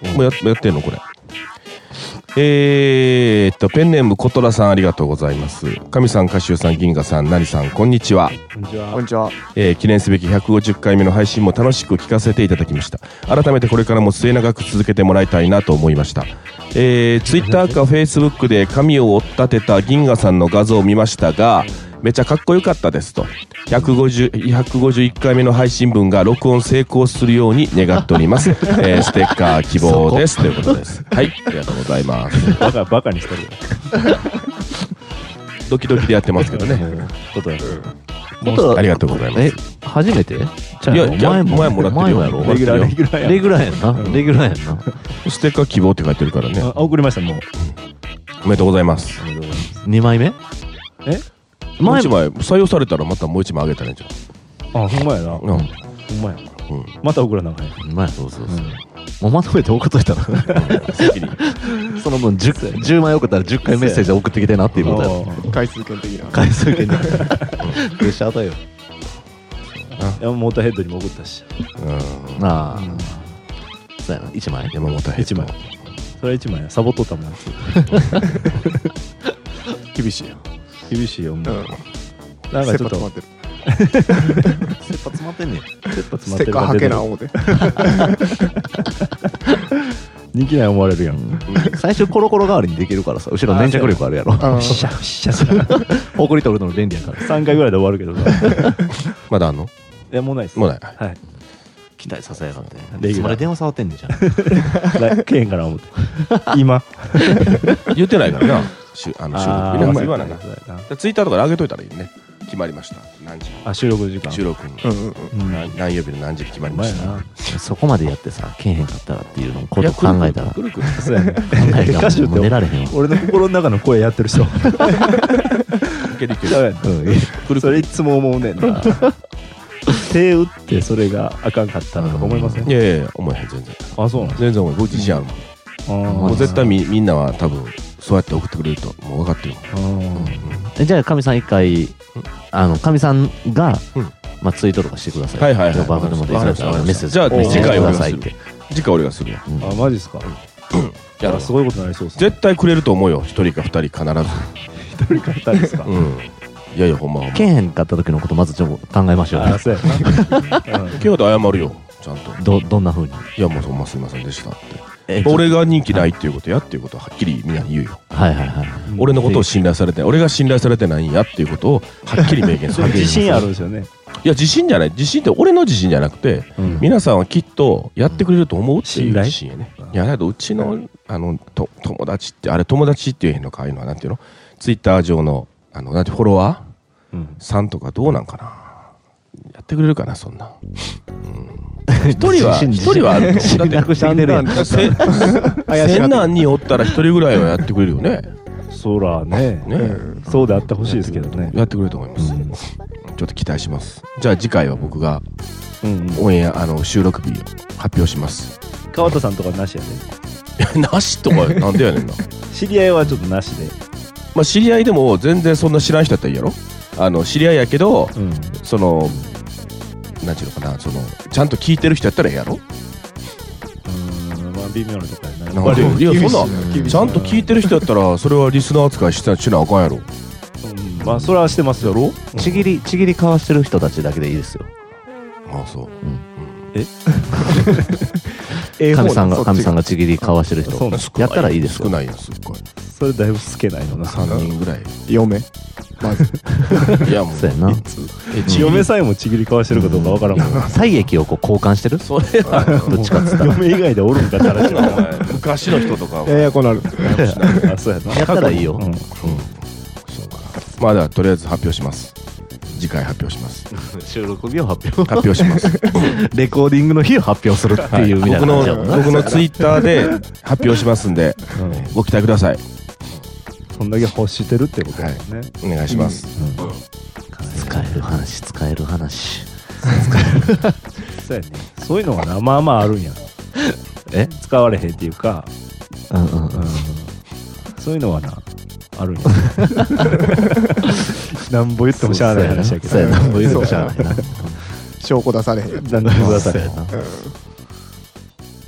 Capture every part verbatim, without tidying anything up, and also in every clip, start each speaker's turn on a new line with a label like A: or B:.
A: もう や, やってんのこれ。えーっとペンネームコトラさんありがとうございます。神さん、カシオさん、銀河さん、ナリさん、こんにちは。
B: こんにちは。
C: こんにちは。
A: えー記念すべきひゃくごじゅっかいめの配信も楽しく聞かせていただきました。改めてこれからも末永く続けてもらいたいなと思いました。えー、ツイッターかフェイスブックで髪を追っ立てた銀河さんの画像を見ましたが、めちゃかっこよかったですと。ひゃくごじゅう、ひゃくごじゅういっかいめの配信分が録音成功するように願っております。えー、ステッカー希望ですということです。はい、ありがとうございます。
B: バカバカにしてるよ。
A: ドキドキでやってますけどね。
B: ことや。
A: ありがとうございます。
D: え、初めて？じゃあ
A: いやいや
D: 前も
A: 前もらってるよ
D: 前もやろ。
B: レギュラーレギュラーや。
D: レギュラーやんな。レギュラーやんな。
A: ステッカー希望って書いてるからね。
B: あ、送りましたもう。
A: おめでとうございます。
D: にまいめ？
B: え？
A: もう一枚採用されたらまたもう一枚あげたらいいんじ
B: あ、ほんまやな。ほ
A: ゃん。うん。
B: んまや。
A: うん。
B: また送らなあかんや。
D: まあそうそうそう。もうまとめて送っといたら。
A: 先に。
D: その分 10, じゅうまい送ったらじゅっかいメッセージ送ってきてなっていうことや。
C: 回数券的な。
D: 回数券で。プレッシャーだよ。
B: 山本ヘッドにも送ったし。
A: うん。
D: なあ。そうやな。いちまい？
A: 山本ヘッド。
B: 一枚。それは一枚や。サボっとったもん。
C: 厳しいよ。
B: 厳しいよ。もう
C: うん。
B: なんかちょっと
C: 切羽詰まってる。
D: 切羽詰まってんねん。
B: 切羽詰
C: ステッカー
B: まってる
C: はけな思て。
B: 人気ない思われるやん。
D: 最初コロコロ代わりにできるからさ、後ろ粘着力あるやろ。
C: うん
B: シャッシャッ。
D: ほこり取るの便利やから。
B: さんかいぐらいで終わるけどさ。
A: まだあんの？
B: いや、もうないです。
A: もうない。
B: はい。
D: 期待させやがって。
B: レギュラー
D: いつまで電話触ってんねんじゃん。
B: けえへんから思って。今。
A: 言ってないからな。しゅあの収録
B: あー
A: 日ね。言わないな。
B: そうやな
A: ツイッターとかで上げといたらいいね。決まりました。何時？
B: あ、収録時間。
A: 収録に。
C: うんうんうん。
B: うん。
A: 何何曜日の何時に決まりました。
B: 前やな。
D: そこまでやってさ、けえへんかったらっていうのをこと考えたら、考
A: くるくる。
B: そうやね。
D: えたら
B: 歌手って
D: もう寝られへんわ。
B: 俺の心の中の声やってる人。
A: いけるいける。
B: そうやね。
A: くるくる。
B: それいつも思うねんな。手打ってそれがあかんかったらとか思いません？
A: いやいやいや、思えへん全然。
B: あ、そうなんです
A: 全然思えへん。僕自信あるもん。
B: か。
A: もう絶対みみんなは多分そうやって送ってくれるともう分かってるもん。
D: えじゃあ、かみさん一回、あの、かみさんが
A: うん、
D: まあ、ツイートとかしてください。
A: はいはいはい
D: バーでもで
A: わかりました
D: メッセージ。
A: じゃあ
D: メッセージ
A: 次回
D: く
A: お願いする
D: ださいって。
A: 次回俺がするわ。
B: あ、マジっすか。いや、すごいことになりそうっすね。
A: 絶対くれると思うよ。一人か二人必ず。
B: 一人か二人ですか。
A: うん。いやいや、ほんまほんま。
D: けえへんかった時のことまずちょっと考えましょうよ
B: あ、。そうやな。うん
A: ケイオと謝るよ。ちゃんと。
D: ど、どんな風に。
A: いやもうそんますいませんでしたって。
D: え
A: 俺が人気ないっていうことやっていうことははっきりみんなに言うよ。
D: はいはいはい。
A: 俺のことを信頼されてない。俺が信頼されてないんやっていうことをはっきり明言する。
B: 自信あるんですよね。
A: いや自信じゃない。自信って俺の自信じゃなくて、
B: うん
A: 皆さんはきっとやってくれると思うっていう
B: 信頼
A: 自信やね。いやだけどうちのあのと友達ってあれ友達って言えへんのかああいうのはなんていうの？ツイッター上のあのなんてフォロワー
B: うん。
A: さんとかどうなんかな。やってくれるかなそんな。一人は一人はあると思う。だって
D: 侵略してきてるやん。
A: せ千何人おったら一人ぐらいはやってくれるよね。
B: そらね。
A: ね
B: そうであってほしいですけどね。
A: やってくれると思います。ちょっと期待します。じゃあ次回は僕が
B: うん。
A: オンエアあの収録日を発表します。
B: 川田さんとかなしやね。
A: なしとかなんでやねんな。
B: 知り合いはちょっとなしで。
A: まあ知り合いでも全然そんな知らん人やったらいいやろ。あの知り合いやけど
B: うん。
A: そのなんていうのかなそのちゃんと聞いてる人やったらええやろ。
B: うん。まあ微妙なとこやな。
A: なんか
B: やっぱり
A: いやそん
C: 厳しいな
A: なちゃんと聞いてる人やったらそれはリスナー扱いしてしなあかんやろ。
B: うんまあそれはしてますよ。
D: ちぎり、ちぎり交わしてる人たちだけでいいですよ。
A: ああそう。
D: かみさんが、かみさん
C: が。
D: がちぎり交わしてる人
B: そうなん。
D: やったらいいですよ。
A: 少ないよすっごい。
B: それだいぶつけないのな。
A: さんにんぐらい。
C: 嫁。まず。
A: いやもう
D: そうやな。
A: えち
B: 嫁さえもちぎり交わしてるかどうかわからんもん。
D: 体液をこう交換してる
A: それは
D: どっちかっつったら。
B: 嫁以外でおるんかって話は。
A: お前昔の人とかは
C: ややこなる。
B: あ、そうやな。
D: やったらいいよ。
B: うん。
A: そうか。まあではとりあえず発表します。次回発表します。
D: 収録日を発表。
A: 発表します。
D: レコーディングの日を発表するっていうみたい
A: 僕の
D: な感じやもんな。
A: 僕のツイッターで発表しますんで
B: うん
A: ご期待ください。
B: そんだけ欲してるってことだよね。
A: お願いします。
D: 使える話、使える話。
B: そうやね。そういうのがな、まあまああるんや。
D: え
B: 使われへんっていうか、
D: うんうんうん。
B: そういうのはな、あるんや。なんぼ言ってもしゃあない話やけど。
D: そうやな。そういうのしゃあないな。
C: 証拠出されへんやつ。
B: なんでもください。
D: そうやな。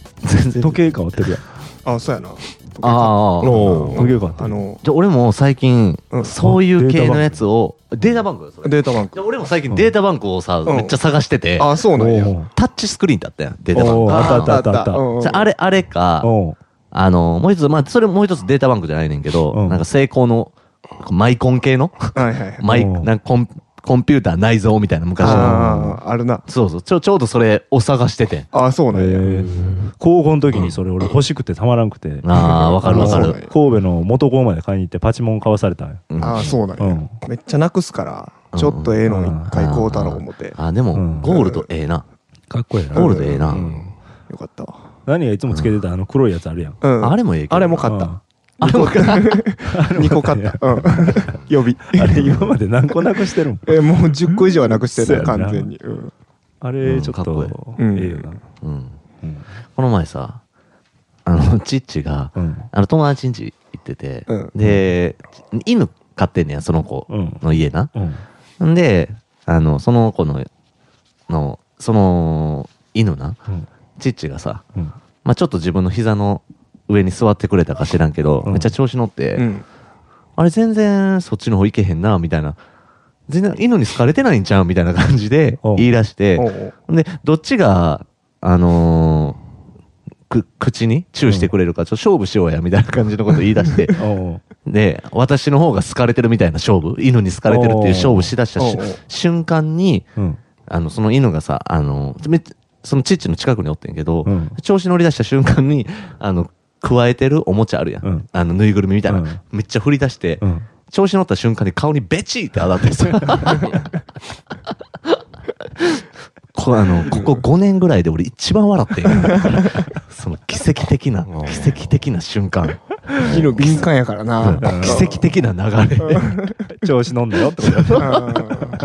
B: 時計変わってるやん。
C: あ、そうやな。
D: ああ
A: おー
B: 時計変わってる。
C: あの
D: じゃあ俺も最近
C: うん
D: そういう系のやつをデータバンクそれ
C: データバンク。
D: で俺も最近データバンクをさ
C: ん
D: めっちゃ探してて
C: あ、そうなんや。
B: おー
D: タッチスクリーンってあったやんデータバンク
B: おーあったあったあったあった。
C: うんうん
D: じゃああれあれか
B: おう
D: あのもう一つまあそれもう一つデータバンクじゃないねんけど
B: うん
D: なんか成功のマイコン系の
C: はいはいはい。
D: マイ
B: うん
D: なんかコンコンピューター内蔵みたいな昔の
C: ああ、あるな。
D: そうそうちょちょうどそれを探してて
C: あ、そうなんや。
B: えー高校の時にそれ俺欲しくてたまらんくて。
D: ああわかるわかる
C: そうなんや
B: 神戸の元校まで買いに行ってパチモン買わされたんや。
D: うん
C: ああ、そうなんや
B: うん。
C: めっちゃなくすから、ちょっとええの一回買うたろう思って。
D: あでも
B: うん
D: ゴールドええな
B: かっこいいな。
D: ゴールドええな
A: うん
C: よかったわ。
B: 何がいつもつけてたあの黒いやつあるやん。
C: うん。
D: あれもええけど
C: あれも買った。
D: あれも
C: にこ買った。うん。予備。
B: あれ今まで何個なくしてるん？
C: え、もうじゅっこ以上はなくしてる
B: そうやな
C: 完全に。うん。
B: あれちょっ
D: うんかっこいい
B: と
C: うん
B: ええよな。
D: うん
B: うん
D: この前さあのチッチが
B: うん
D: あの友達ん家行ってて
C: うん
D: で犬飼ってんねやその子
B: うん
D: の家な
B: うん
D: んであのその子ののその犬な
B: うん
D: チッチがさ
B: うん
D: まあちょっと自分の膝の上に座ってくれたか知らんけど、
B: うん
D: めっちゃ調子乗って、
C: うん。
D: あれ全然そっちの方行けへんなみたいな全然犬に好かれてないんちゃうみたいな感じで
B: おう
D: 言い出して
C: おうおう
D: でどっちがあのーく口にチューしてくれるかちょっと勝負しようやみたいな感じのこと言い出して
B: おう
D: で私の方が好かれてるみたいな勝負犬に好かれてるっていう勝負しだしたし
C: おうおう
D: 瞬間に
B: うん
D: あのその犬がさあのめっちゃそのチッチの近くにおってんけど、
B: うん
D: 調子乗り出した瞬間にあの加えてるおもちゃあるやん、
B: うん
D: あのぬいぐるみみたいな、
B: うん
D: めっちゃ振り出して、
B: うん
D: 調子乗った瞬間に顔にベチーって当たってさこあのここごねんぐらいで俺一番笑ってんよその奇跡的な
A: うん
D: 奇跡的な瞬間
C: 犬敏感やからな。
D: 奇跡的な流れ
B: 調子乗んだよってことだよ。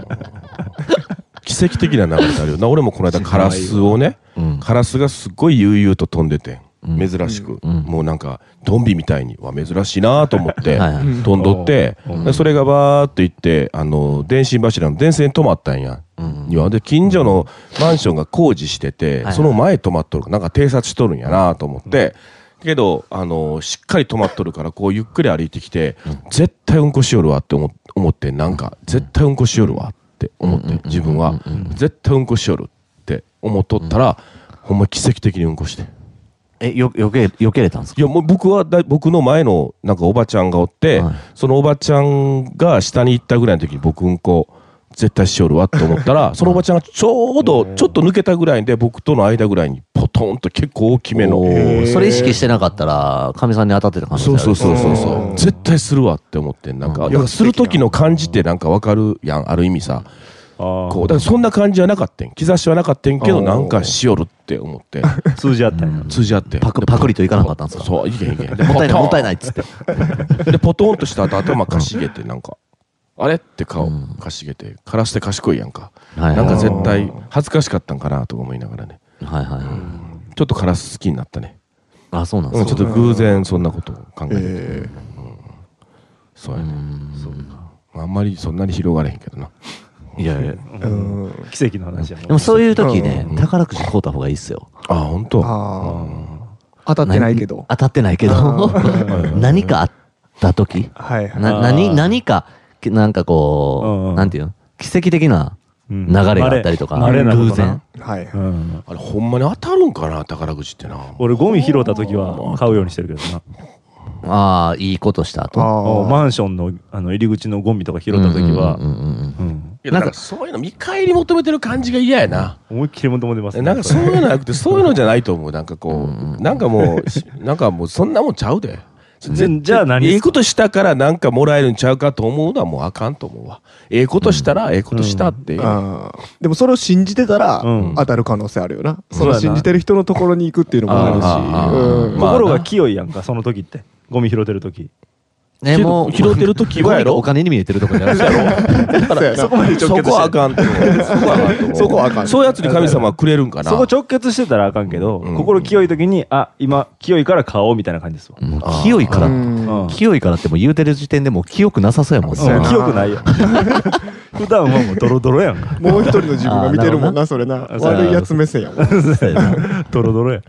A: 奇跡的な流れってあるよな。俺もこの間カラスをね、
D: うん
A: カラスがすっごい悠々と飛んでて、
D: うん
A: 珍しく、
D: うん
A: もうなんかドンビみたいには珍しいなと思って
D: はいはい
A: 飛んどって、
B: うん
A: でそれがバーっと行ってあの電信柱の電線に止まったんや。
D: うん
A: いやで近所のマンションが工事してて、
D: はい
A: その前止まっとるからなんか偵察しとるんやなと思って、けどあのしっかり止まっとるからこうゆっくり歩いてきて、絶対うんこしよるわって思思ってなんか絶対うんこしよるわって思って、自分は絶対うんこしよるって思っとったら、ほんま奇跡的にうんこして。
D: えよよけよけれたんですか
A: いやもう僕はだ僕の前のなんかおばちゃんがおって、
D: はい
A: そのおばちゃんが下に行ったぐらいの時に僕うんこ絶対しよるわって思ったらそのおばちゃんがちょうどちょっと抜けたぐらいで僕との間ぐらいにポトンと結構大きめの
D: おーそれ意識してなかったらかみさんに当たってた可能性ある
A: そうそうそうそうそう
C: うん
A: 絶対するわって思ってなんか
D: うん
A: なんかする時の感じってなんかわかるやんある意味さ
B: あ
A: こうだからそんな感じはなかったん兆しはなかったんけど
C: うん
A: なんかしよるって思って
B: あ通じ合ったんや。
A: 通じ合って
D: パクパクリといかなかったんですか
A: そういけんいけんで
D: もったいないもったい
A: い
D: ないっつって
A: でポトンとした後頭かしげてなんかあれって顔
D: うん
A: かしげてカラスって賢いやんか
D: はい
A: なんか絶
C: う
A: 対
C: ん
A: 恥ずかしかったんかなとか思いながらね
D: はいはいはい
A: ちょっとカラス好きになったね
D: あそうなんですか
A: うんちょっと偶然そんなことを考えて
C: え
A: そうやね
D: うん
A: あんまりそんなに広がれへんけどない
D: やいや
C: えうん。
B: 奇跡の話やもん。
D: でもそういう時ね
A: うん
D: 宝くじ買うた方がいいっすよ
A: あ本当
C: ああ。当たってないけど。
D: 当たってないけど
B: ー
D: 何かあった時
C: はいはい。
D: な
B: あー
D: 何何かきなんか
B: うん
D: こ
B: うん
D: うなんていうの奇跡的な
B: うん
D: 流れがあったりとか
B: 稀なことな
D: 偶然
C: はい。
B: うん
A: あれほんまに当たるんかな宝くじってな
B: 俺ゴミ拾った時は買うようにしてるけどな。
D: ああいいことした後
B: お
C: あ
B: マンションのあの入り口のゴミとか拾った時は
D: うんうんうんうん
B: うん
A: いやなんかそういうの見返り求めてる感じが嫌やな
B: 思いっきり求めてますね。
A: なんかそういうのなくてそういうのじゃないと思うなんかこ
D: うん
A: うなんかもうしなんかもうそんなもんちゃうで
B: じじゃあ何
A: ええことしたからなんかもらえるんちゃうかと思うのはもうあかんと思うわええことしたらええことしたっていう
C: あーでもそれを信じてたら
B: うん
C: 当たる可能性あるよな。そ
B: そうやな
C: の信じてる人のところに行くっていうのもあるし。
A: あーあー
C: うん
A: まあ
B: 心が清いやんかその時ってゴミ拾ってる時。
D: ねもう
A: 拾ってる時はやろ
D: お金に見えてるとこじゃないですか
C: そうやな
A: そこまでそこはあかんと思うそこはあかんと思う
C: そこはあかん
A: そういうやつに神様はくれるんかな
B: そこ直結してたらあかんけど、
A: うん
B: 心清い時にあ今清いから買おうみたいな感じですわ。
D: もう清いから
C: うん
B: うん
D: 清いからってもう言うてる時点でもう清くなさそうやもん
C: そうやな
B: うん清くないよ。普段はもうドロドロやんか。
C: もう一人の自分が見てるもんな、それな。
B: あーなるほど
C: 悪いやつ目線やもん。
B: ドロドロや。
A: あ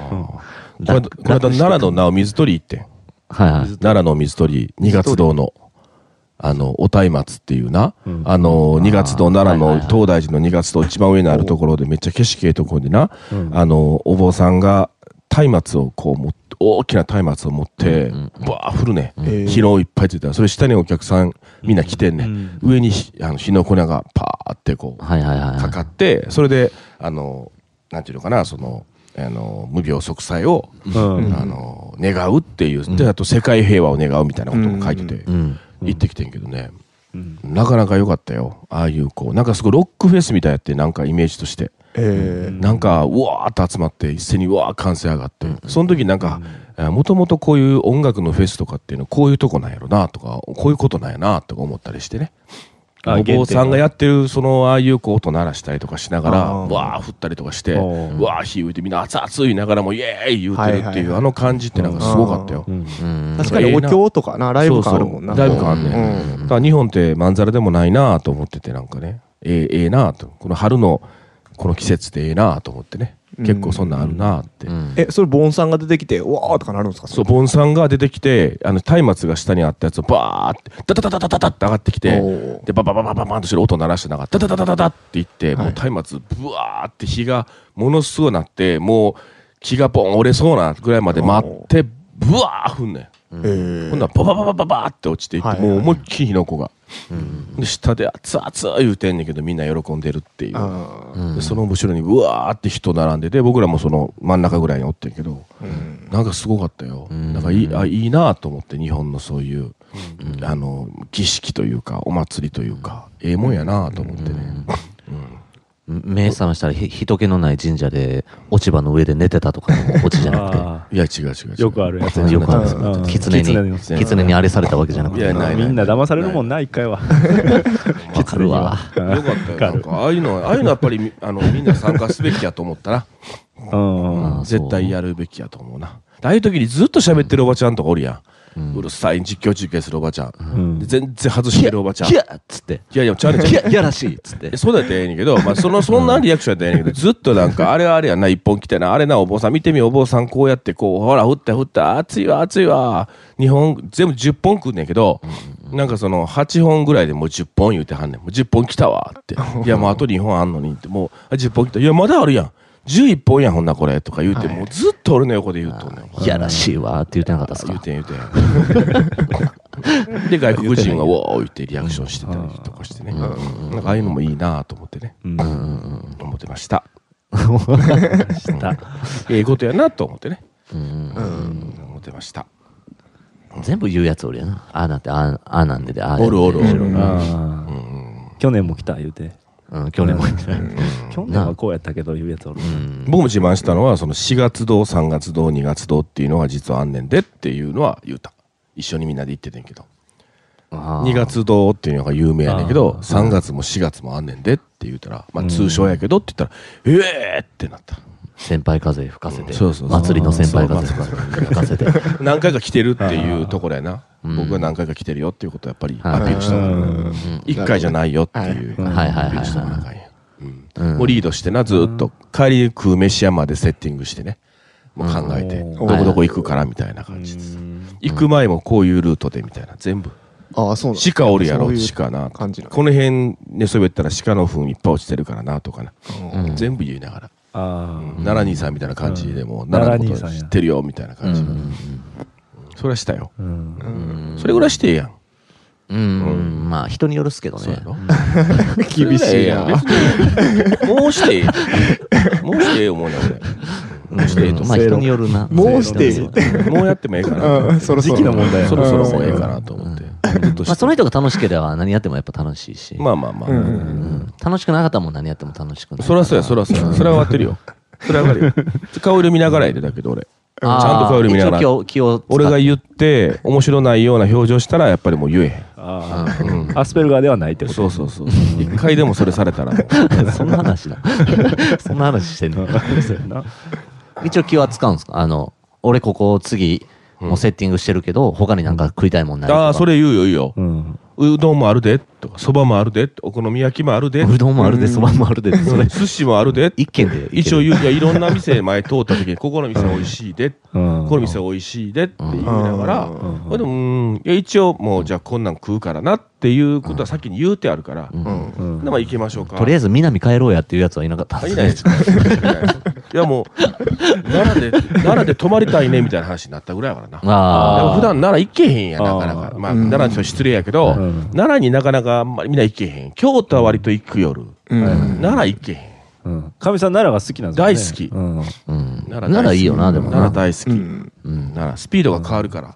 A: この間この間奈良のなお水鳥行ってん。
D: はいはい。
A: 奈良の水鳥、二月堂の、あの、お松明っていうな、
B: うん
A: あの、二月堂、奈良の
D: はいはいはい
A: 東大寺の二月堂一番上にあるところでめっちゃ景色ええところでな、
B: うん
A: あの、お坊さんが松明をこう持って、大きな松明を持って
D: うんうん、
A: バー振るね。
C: えー
A: 火のいっぱいついてた。それ下にお客さんみんな来てんね。
B: うん
A: 上にひあの火の粉がパーってこう、
D: はいはいはい。
A: かかって、それで、あの、なんていうのかな、その、あの、無病息災を、
B: うん
A: あの、願うっていう、で、あと世界平和を願うみたいなことも書いてて、
D: うん。
A: 行ってきてんけどね、
B: うん
A: なかなか良かったよ。ああいう、こう、なんかすごいロックフェスみたいやって、なんかイメージとして。
C: え
A: なんか、うわーっと集まって、一斉にうわー歓声上がって、その時なんか、もともとこういう音楽のフェスとかっていうのはこういうとこなんやろなとか、こういうことなんやなとか思ったりしてね。
B: あ
A: お坊さんがやってる、その、ああいうこう音鳴らしたりとかしながら、
C: あー
A: わー振ったりとかして、
B: おー
A: うわー火打いてみんな熱々言いながらもイエーイ言うてるって
C: はいはい
A: いう、
C: はい
A: あの感じってなんかすごかったよ。
B: うん
D: うん。
C: 確かにお経とかな、ライブ感あるもんな。
A: そうそうライブ感あんねん。
C: うん
A: だから日本ってまんざらでもないなと思ってて、なんかね、ええええなと。この春のこの季節でええなと思ってね。結構そんなんあるなって。
D: うん
C: え、それ、ボンさんが出てきて、うわーとかなるんですか？
A: そう、ボンさんが出てきて、あの、松明が下にあったやつをバーって、ダダダダダダダって上がってきて、
C: おー
A: で、ババババババンとして音鳴らしてながら、ダダダダダダっていって、
C: はい
A: もう松明、ブワーって火がものすごいなって、もう木がポン折れそうなぐらいまで待って、ブワー降んねん。
C: えー
A: ほんならババババババーって落ちていって、
C: はい
A: もう思いっきり火の粉が。
D: うん。
A: で、下で熱々言うてんねんけど、みんな喜んでるっていう。
C: あ
D: うん
A: でその後ろにうわーって人並んでて、僕らもその真ん中ぐらいにおってんけど、
C: ーうん
A: なんかすごかったよ。
D: ん
A: なんかいい、あ、いいなと思って、日本のそういう、あの、儀式というか、お祭りというか、ええもんやなと思ってね。
D: 目覚ましたらひ人気のない神社で落ち葉の上で寝てたとかのオチじゃなくて。
B: あ
A: いや、違う違う違う。
B: よくあるやつ
D: よくあるんです
B: うん
D: よ。狐に、
B: 狐の
D: 狐にあれされたわけじゃなくて。
A: いやない
B: ーみんな騙されるもんな、一回は。
D: わかるわ。
A: よかったよ。なんか、ああいうの、ああいうのやっぱり、あの、みんな参加すべきやと思ったな。
B: うん
D: あ
A: 絶対やるべきやと思うな。ああいう時にずっと喋ってるおばちゃんとかおるやん。うるさい実況中継するおばちゃん。
B: うん
A: で全然外してるおばちゃん。い
D: いやっつって。
A: やいや、ちゃうねんちゃう
D: い
A: ねん
D: や、いやらしいっつって。
A: そうだってええねんけど、まあ、その、そんなリアクションやったらええねんけど、ずっとなんか、あれはあれやな、一本来てな、あれな、お坊さん見てみ、お坊さんこうやって、こう、ほら、降った降った、熱いわ、熱いわ。日本、全部じゅっぽん来んねんけど、なんかその、はちほんぐらいでもうじゅっぽん言うてはんねん。もうじゅっぽん来たわ、って。いや、もうあとにほんあんのに、って、もう、あじゅっぽん来た。いや、まだあるやん。じゅういっぽんやん、ほんなこれ、とか言うて、
C: はい
A: もうずっと俺の横で言うとんねん。
D: いやらしいわって言ってなかったですか？
A: 言うてん言うてん。で、外国人が、ウォー言ってリアクションしてたりとかしてね。なんかああいうのもいいなと思ってね。
B: うん
A: 思ってました。
B: した
A: ええことやなと思ってね。
D: うん
A: うん思ってました。
D: 全部言うやつおるやな。ああなんて、ああああなんでで、ああや
A: おるおるおる
D: うん
B: あー去年も来た言うて
D: うん、去年も。
B: 去年はこうやったけど言うやつおる
D: うん
A: 僕も自慢したのは、そのしがつ堂、さんがつ堂、にがつ堂っていうのが実はあんねんでっていうのは言うた。一緒にみんなで行っててんけど。
D: あー
A: にがつ堂っていうのが有名やねんけ
B: あ
A: ど、
B: ー
A: さんがつもしがつもあんねんでって言うたら、まあ通称やけどって言ったら、ええーってなった。
D: 先輩風吹かせて。
A: そうそうそう
D: 祭りの先輩風
A: そう
D: 吹かせて。
A: 何回か来てるっていうところやな。
D: うん
A: 僕が何回か来てるよっていうことをやっぱり
D: はい
A: アピールした
B: う
A: の。
B: ん
A: 一回じゃないよっていう。
B: はい
D: はいはい
A: アピールしたの
D: は
A: 中に
D: うん
A: もうリードしてな、ずーっと。帰り食う飯屋までセッティングしてね。もう考えて、
B: うん
A: どこどこ行くからみたいな感じです。行く前もこういうルートでみたいな。全部。
C: ああ、そうなん
A: 鹿おるやろ、
C: そういう
A: 鹿な。
C: 感じなの
A: この辺寝そべったら鹿の糞いっぱい落ちてるからなとかな。
D: うん
A: 全部言いながら。
B: あ
A: 奈良兄さんみたいな感じでもう、
B: うん
A: 奈良のこと
B: 奈良兄さんや
A: 知ってるよみたいな感じ。
D: うん
A: それはしたよ。
B: あうん
A: それぐらいしてええやん。
D: うんうんまあ人によるっすけどね
A: そうやろ。
C: 厳しいな。
A: 別にもうしてええ。もうしてええ思うね俺。もうしてええと思
D: まあ人によるな
C: もうしていい
A: う。もうやってもええかな。
C: うんそろそろ
B: 時期の問題や
A: そろそろもうええかなと思って。ずっとして
D: まあその人が楽しければ何やってもやっぱ楽しいし
A: まあまあまあ。
C: うん
D: うん楽しくなかったらもう何やっても楽しくない
A: そらそうや、そらそうや。それは分かってるよ。それは分かるよ。顔色見ながらやで、だけど俺。ちゃんと顔色見ながら。
D: 一応気を気を使って
A: 俺が言って、面白ないような表情したら、やっぱりもう言えへん。
B: あ
A: うん
B: ーアスペルガーではないってこと
A: そうそうそう。一回でもそれされたらもう。
D: そんな話だそんな話してんの
B: そうやな
D: 一応気は使うんですかあの俺ここ次もうセッティングしてるけど他になんか食いたいもんないとか
A: ああ、それ言うよ、言うよ。
B: うん
A: うどんもあるでとかそばもあるで、お好み焼きもあるで、
D: うどんもあるで、そばもあるで、それ。
A: 寿司もあるで、
D: 一軒で。
A: 一応言う、いや、いろんな店前通った時に、ここの店美味しいで、ここの店美味しいでって言いながら、でも、うん、いや、一応もう、じゃあこんなん食うからなっていうことは先に言うてあるから、で、まあ行きましょうか。
D: とりあえず南帰ろうやっていうやつはいなかった。
A: いないです。いや、もう、奈良で、奈良で泊まりたいねみたいな話になったぐらいやからな。でも普段奈良行けへんや、なかなか。まあ、奈良の人失礼やけど、奈良になかなかあんまりみんな行けへん。京都は割と行く夜。奈良行けへん。
B: かみさん奈良が好きなんです
A: よね。大好
D: き。奈良いいよな、でも。
A: 奈良大好き。奈良、スピードが変わるから。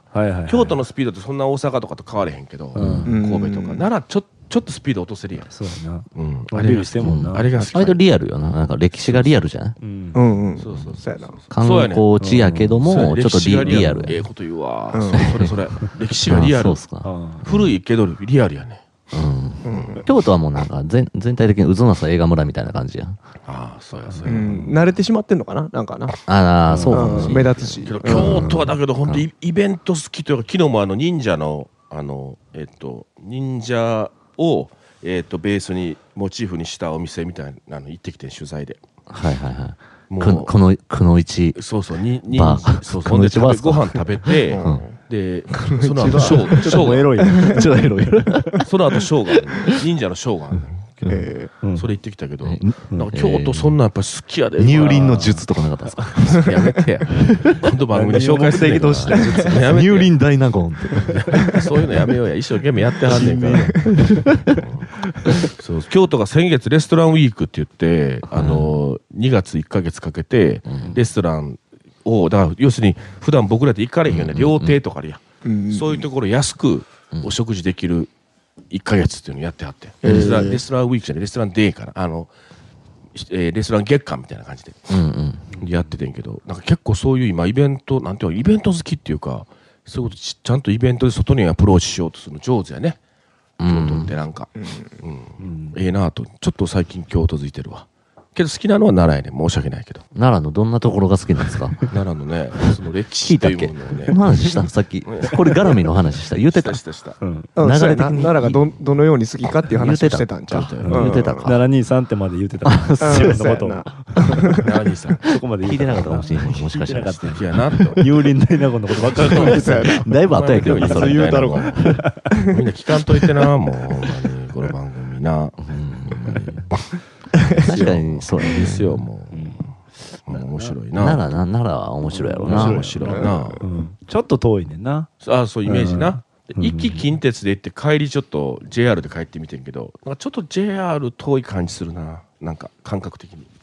A: 京都のスピードってそんな大阪とかと変われへんけど、神戸とか。奈良ちょっと、ちょっとスピード落とせるやん。
B: そうやな。
A: うん。
B: あれがしてもんな。
A: あれが好き。
D: 割とリアルよな。なんか歴史がリアルじゃない？
C: うんうん。
A: そうそう
C: そうやな。
D: 観光地やけども、ちょっとリアルや。
A: ええこと言うわ。それそれ。歴史がリアル。
D: そうっすか。
A: 古いけどリアルやね。
D: 京都はもうなんか全全体的に渦政映画村みたいな感じや。
A: ああ、そうやそうや。
C: 慣れてしまってんのかな、なんかな。
D: ああ、そうかもしれない。
C: 目立つし。
A: 京都はだけど本当イベント好きというか、昨日もあの忍者のあのえっと忍者をえっとベースにモチーフにしたお店みたいなの行ってきて取材で。
D: はいはいはい。もうこのくのいち
A: そうそうに忍者そうそうでご飯食べてでその後ショー
B: ちょっとエロい
D: ちょっとエロい
A: その後ショーが忍者のショーがある。それ行ってきたけど、なんか京都そんなやっぱ好きやで。
D: 入林の術とかなかったですか？
A: やめてや。今度番組で紹介する
B: として
D: 入林大納言
A: って。そういうのやめようや。一生懸命やってはんねんから。そう、京都が先月レストランウィークって言って、あのにがついっかげつかけてレストランを、だから要するに普段僕らって行かれへんよね。料亭とかあるやん。そういうところ安くお食事できる。いっかげつっていうのをやってはって、レストラン、レストランウィークじゃない、レストランデーから、あの、えー、レストラン月間みたいな感じでやっててんけど、なんか結構そういう今イベント、なんていうの、イベント好きっていうか、そういうことちゃんとイベントで外にアプローチしようとするの上手やね。京都ってなんか、ええなぁと、ちょっと最近京都づいてるわ。けど好きなのは奈良やね。申し訳ないけど。
D: 奈良のどんなところが好きなんですか？
A: 奈良のね、その歴史っていうものをね。
D: この話したさっき。これ絡みの話した。言ってた。
A: したしたした。
C: 流れ的に奈良がどどのように好きかっていう話をしてたんちゃう？
D: 言ってたか。
B: 奈良兄さんってまで言ってた。自分のことを。
A: 奈良兄さん。
B: そこまで
D: 聞いてなかったかもしれない。もしかしたら。
A: 素敵やなと。
B: 幽林大納言のことばっかり考えてたよな。
D: だいぶ後やけどな、
A: それ言うたろうか。みんな聞かんといてな、もう。ほんまにこの番組な。
D: 確かにそう
A: ですよ、もう。面白いな。
D: 奈良な、奈良は面白いやろな。
A: 面白いな。
B: ちょっと遠いねんな。
A: あ、そうイメージな。行き近鉄で行って帰りちょっと ジェイアール で帰ってみてんけど、なんかちょっと ジェイアール 遠い感じするな。なんか感覚的に。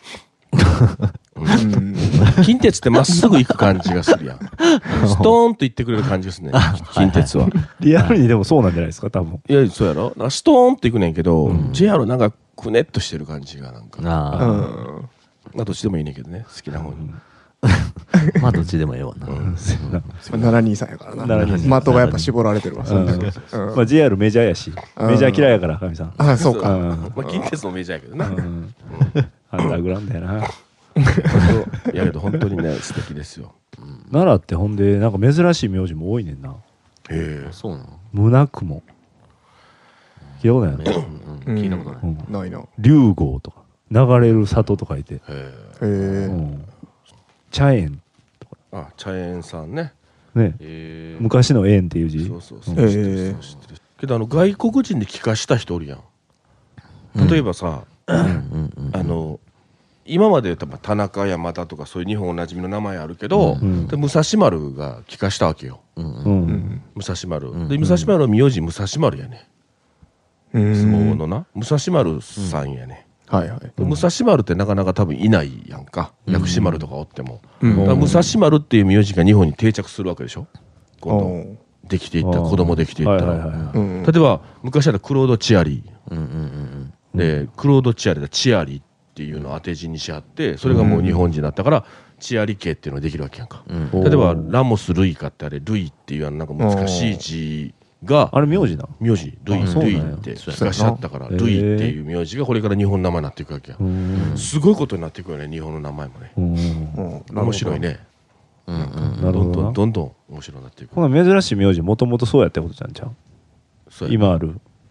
A: 近鉄ってまっすぐ行く感じがするやん。ストーンと行ってくれる感じですね。近鉄は。
B: リアルにでもそうなんじゃないですか、多分。
A: いや、そうやろ。なんかストーンと行くねんけど、ジェイアール なんかくねっとしてる感じがなんか。
D: ああ。
A: まあどっちでもいいねんけどね、好きな方に。
D: まあどっちでもええわな。
C: 奈良兄さんやからな。的がやっぱ絞られてるわ。ま
B: あ ジェイアール メジャーやし、メジャー嫌いやから、かみさん。
C: あ、そうか。
A: まあ近鉄のメジャーやけどな。
B: アンダーグラウンドやな。
A: いやけど本当にね、素敵ですよ。
B: 奈良ってほんで、なんか珍しい名字も多いねんな。
A: へえ。
D: そうなの？
B: 胸雲。聞いたことないよね。
D: 聞いたことない。
C: ないな。
B: 竜号とか、流れる里とかいて。へ
C: え。
B: 茶園とか。
A: あ、茶園さんね。
B: ね。昔の園っていう字。
A: そうそうそう。けどあの外国人で聞かした人おるやん。例えばさ、あの。今まで田中山田とかそういう日本おなじみの名前あるけど、で武蔵丸が聞かしたわけよ。武蔵丸。で武蔵丸の名字武蔵丸やね。相撲のな武蔵丸さんやね。はいはい。武蔵丸ってなかなか多分いないやんか。薬師丸とかおっても。武蔵丸っていう名字が日本に定着するわけでしょ。今度できていった子供できていったら。例えば昔はクロード・チアリーでクロード・チアリーだチアリーっていうのを当て字にしはって、それがもう日本人だったからチアリ家っていうのができるわけやんか。例えばラモス・ルイカってあれルイっていうなんか難しい字が
B: あれ名字な
A: 名字ルイルイって聞かしちゃったからルイっていう名字がこれから日本の名前になっていくわけや。すごいことになっていくよね、日本の名前もね。面白いね。どんどんどんどん面白くなっていく。
B: こんな珍しい名字もともとそうやってことじゃんじゃん。今ある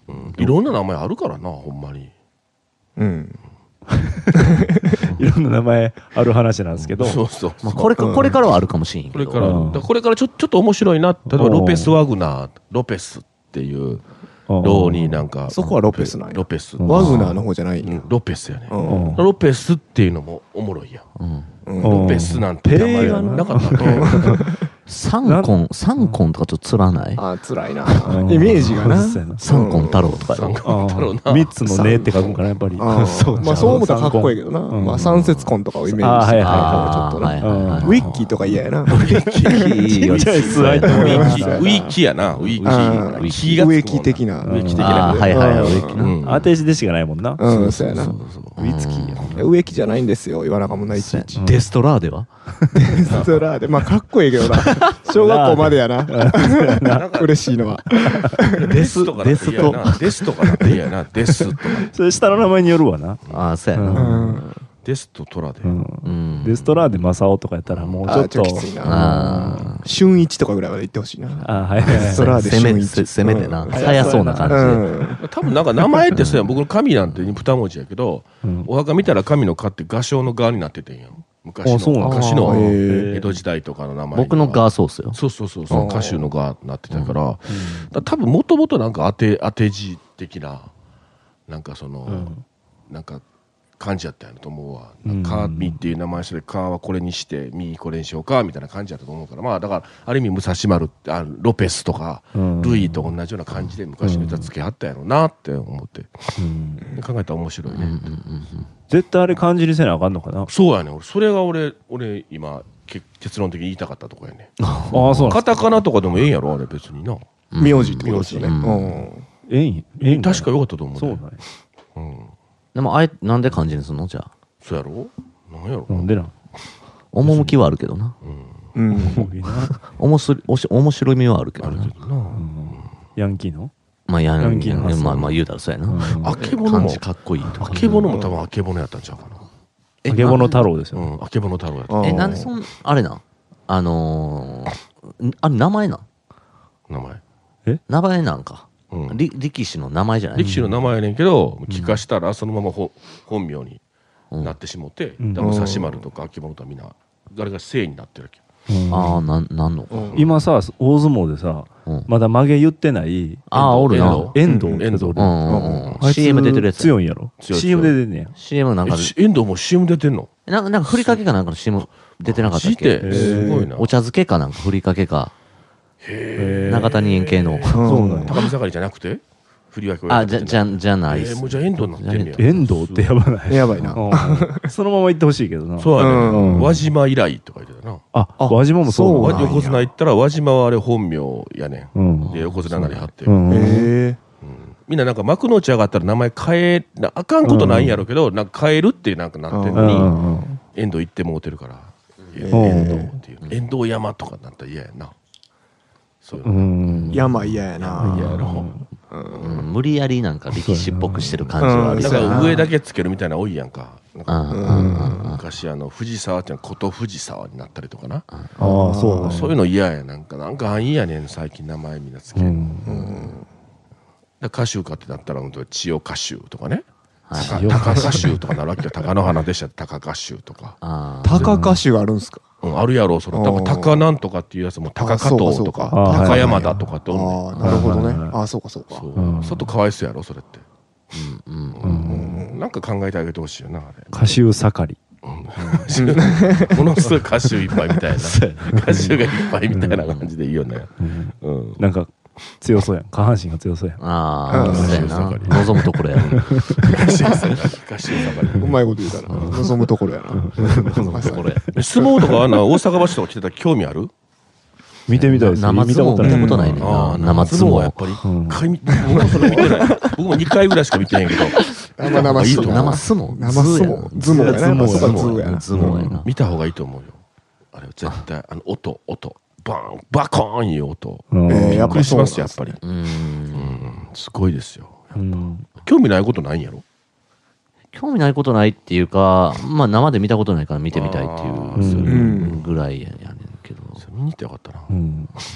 A: うん、いろんな名前あるからなほんまに。
C: うん
B: いろんな名前ある話なんですけど、
A: そうそうそう、
D: まあ、これか、これからはあるかもしれんけど。
A: これから、
B: うん
A: だからこれからちょちょっと面白いな。例えばロペス・ワグナー、ロペスっていうローになんか、
C: そこはロペスなんや
A: ロペス、
C: ワグナーの方じゃないんや
A: うん、ロペスやね、
C: うん
B: うん
A: ロペスっていうのもおもろいやん。
D: うん。
C: うん
A: ロペスなんて名前がなかったっけ。
D: サンコン、サンコンとかちょっとつらない？
C: あー辛いな
B: うん
C: イメージがな
B: そうやな
D: サンコン太郎とかやろ。
A: サンコン太郎な。
B: 三つのねって書くんかなやっぱり。
C: あーまあそう思ったらかっこいいけどな
B: うん
C: まあ三節婚とかをイメージして
B: あーはいはい
C: ちょっとな
D: はいはいはい。
C: ウィッキーとか嫌やな
A: ウィッキー、
D: いいよ
B: ちっちゃいスライド
A: ウィッキ
C: そうやな
A: ー、ウィッキーやな、ウィッキ
C: あ
A: ー。
C: ー
A: キーがつくもんな
C: 植木的な
A: 植木的
D: あ
A: な
D: ー。はいはいはい。
C: うん
D: ウィッキーな
A: うん
B: 当て字でしかないもんな。
C: うんそうやな
A: そうそう
B: ウィツキーや。
C: 植木じゃないんですよ言わなかもないちいち
D: デストラーデは
C: ストラーでまあかっこいいけどな小学校までやな嬉しいのは
A: デスとかだって嫌やな。デスとかだって嫌やな。デスとか。
B: それ下の名前によるわな。
D: ああ、そうや
B: う
D: な。
C: うん
A: デスとトラで。
B: うん
D: うん。
B: デストラーデマサオとかやったらもうちょっと
C: あーちょっときついな
D: あ
C: 俊一とかぐらいまで言ってほしいな
B: あはいはいはい
C: ストラーデ
D: せめ、
C: 俊一
D: せせめてな。
C: うん
D: 早そうな感じ
C: う
D: で。
C: ん
A: 多分なんか名前ってそうやん。僕の神なんて二文字やけど、
B: うん
A: お墓見たら神の「か」って画商の「が」になっててんやん。昔の
B: あそうなんだ
A: 昔の
C: あー
A: 江戸時代とかの名前。
D: 僕のガーソースよ。
A: そうそうそうそう
C: あー
A: 歌手の「が」になってたから、だから多分もともとなんか当て当て字的ななんかその、
B: うん
A: なんか感じやったんやと思うわ「
B: うん
A: か」みっていう名前して「か」はこれにして「み」これにしようかみたいな感じやったと思うから、まあだからある意味武蔵丸あロペスとか、
B: うん
A: ルイと同じような感じで昔の人は付けはったやろうなって思って、
B: うん
A: 考えたら面白いね、
D: うんうんうん
B: 絶対あれ漢字にせなあかんのかな。
A: そうやね俺それが俺俺今け結論的に言いたかったとこやね
B: ああそうなん
A: カタカナとかでもええんやろあれ別にな、
C: 名字ってことですよね
D: うん
C: うん
B: ええんええんかな
A: 確かよかったと思うね
B: そうなんや。
A: うん、
D: でも、あえ、なんで漢字にすんのじゃあ。
A: そうやろなんやろ、
B: なんでなん。
D: 趣はあるけどな。
C: うん
B: 多いな。
D: おもしおし面白みはあるけどな
A: あるけ。どな、
B: ヤンキーの。
D: まあ、やん、
B: ヤンキーの発想
D: まあまあ言うたらそうやな。
B: うん
A: あけぼのも
D: 漢字かっこいいとか。
A: あけぼのも多分あけぼのやったんちゃうかな
B: あけぼの太郎ですよ。
A: うんあけぼの太郎やった
C: あー
D: え、なんでそん、あれなんあのー、んあれ名前なん
A: 名前、
D: 名前なんか。
A: うん、
D: り力士の名前じゃない
A: 力士の名前やねんけど、聞かしたらそのままほ本名になってしもて、
B: うん
A: だから武蔵丸とかあけぼのとかみんなあれが姓になってるわけよ。
B: うん
D: ああ、なん、なんのか。
C: うん
B: 今さ、大相撲でさ、
D: うん
B: まだ曲げ言ってない、
D: ああ、おるな。
A: 遠
B: 遠藤
A: 遠藤
B: っておる
D: うんうんうん。
B: あいつ
D: シーエム出てるやつ。
B: 強いんやろ
A: 強い強い
B: シーエム で出てんねや。
D: シーエム なんか
A: え、し遠藤も シーエム 出てんの
D: なんか、なんか、ふりかけかなんかの シーエム 出てなかったっ
A: マジ
D: け
A: で、すごいな。
D: お茶漬けかなんか、ふりかけか。
B: へー
D: 中谷園系の。
B: そうなんや。
A: 高見盛りじゃなくて振り分けをや
D: あ、じゃ、
A: ってんの
D: じゃ、じゃないっす
A: えーもうじゃあ遠藤になってんねや。
B: 遠藤ってやばない。
C: やばいな
B: うんそのまま行ってほしいけどな。
A: そうやね、
C: うん
A: 輪島以来とか言ってたな。
B: あ、輪島もそう
C: そうなんや
B: なんや
A: 横綱行ったら輪島はあれ本名やねん。
B: うん。
A: で横綱なりはって、
B: うんうん
C: へえ
A: みんななんか幕の内上がったら名前変えなあかんことないんやろうけど、なんか変えるってなんかなってん
B: う
A: のに、
B: んうんうん
A: 遠藤行ってもうてるから、いや
C: うん
A: 遠藤っていう遠藤山とかなったら嫌やな。そういう
B: う
A: の
B: ん。
C: 山嫌やな
A: 嫌やろ。
D: うん無理やりなんか力士っぽくしてる感じはあり
A: なん
D: そうやな。
A: か上だけつけるみたいなの多いやんか。なんか
D: うんうんうん
A: 昔あの藤沢っていうのは琴藤沢になったりとかな。
B: ああ、そう
A: そういうの嫌やなんかなんか安易やねん最近名前みんなつけ
B: う
A: る。
B: ん。
A: だから歌手かってなったら本当千代歌手とかね。
D: はい
A: 高高歌手とかなるわけよ。高野花でしたら高歌手とか。
D: あー
C: 高歌手があるんすか
A: うん、あるやろそれ多分高なんとかっていうやつも高加藤とか
C: あそうか
B: そうか
A: 高山田とかっておんねん。
C: ああなるほどね
B: はいはいはい
C: ああそうかそうか
A: そう
B: うん
A: ちょっとかわいそうやろそれって。
D: うんうん
A: うんなんか考えてあげてほしいよなあれ。
B: 歌集盛り。
A: ものすごい歌手いっぱいみたいな歌手がいっぱいみたいな感じでいいよね。うん。
B: なんか、強そうやん。下半身が強そうやん。
D: ああ、
C: うん
D: そうやな。
A: そう
D: 望むところやな。
A: 歌手さが歌手さ
C: う
A: が。
C: まいこと言うたな望むところやな
D: 望むところや。
A: 相撲とかはな大阪橋とか来てたら興味ある？
B: 見てみたいです
D: 生相撲見たことないねんな。生相撲。
A: はやっぱり一回見僕もそれ見てない。僕もにかいぐらいしか見てへんけど。
C: 生々しい
A: いいと思う
D: 生相撲
C: 生相撲相撲やな
B: 相撲や
C: そうか相撲やな
D: 相撲やな。
A: 見た方がいいと思うよ。あれ絶対あの音音バーンバコーンいう音。
B: うん
C: えー
A: びっ
C: やっぱそうなん
A: くりしますよやっぱり。
D: うん。
A: うんすごいですよ。
B: うん
A: 興味ないことないんやろ？
D: 興味ないことないっていうか、まあ生で見たことないから見てみたいってい
A: あ
B: ー
D: うぐらいやねんけど。
A: それ見に行ってよかったな。
B: うん
A: なんか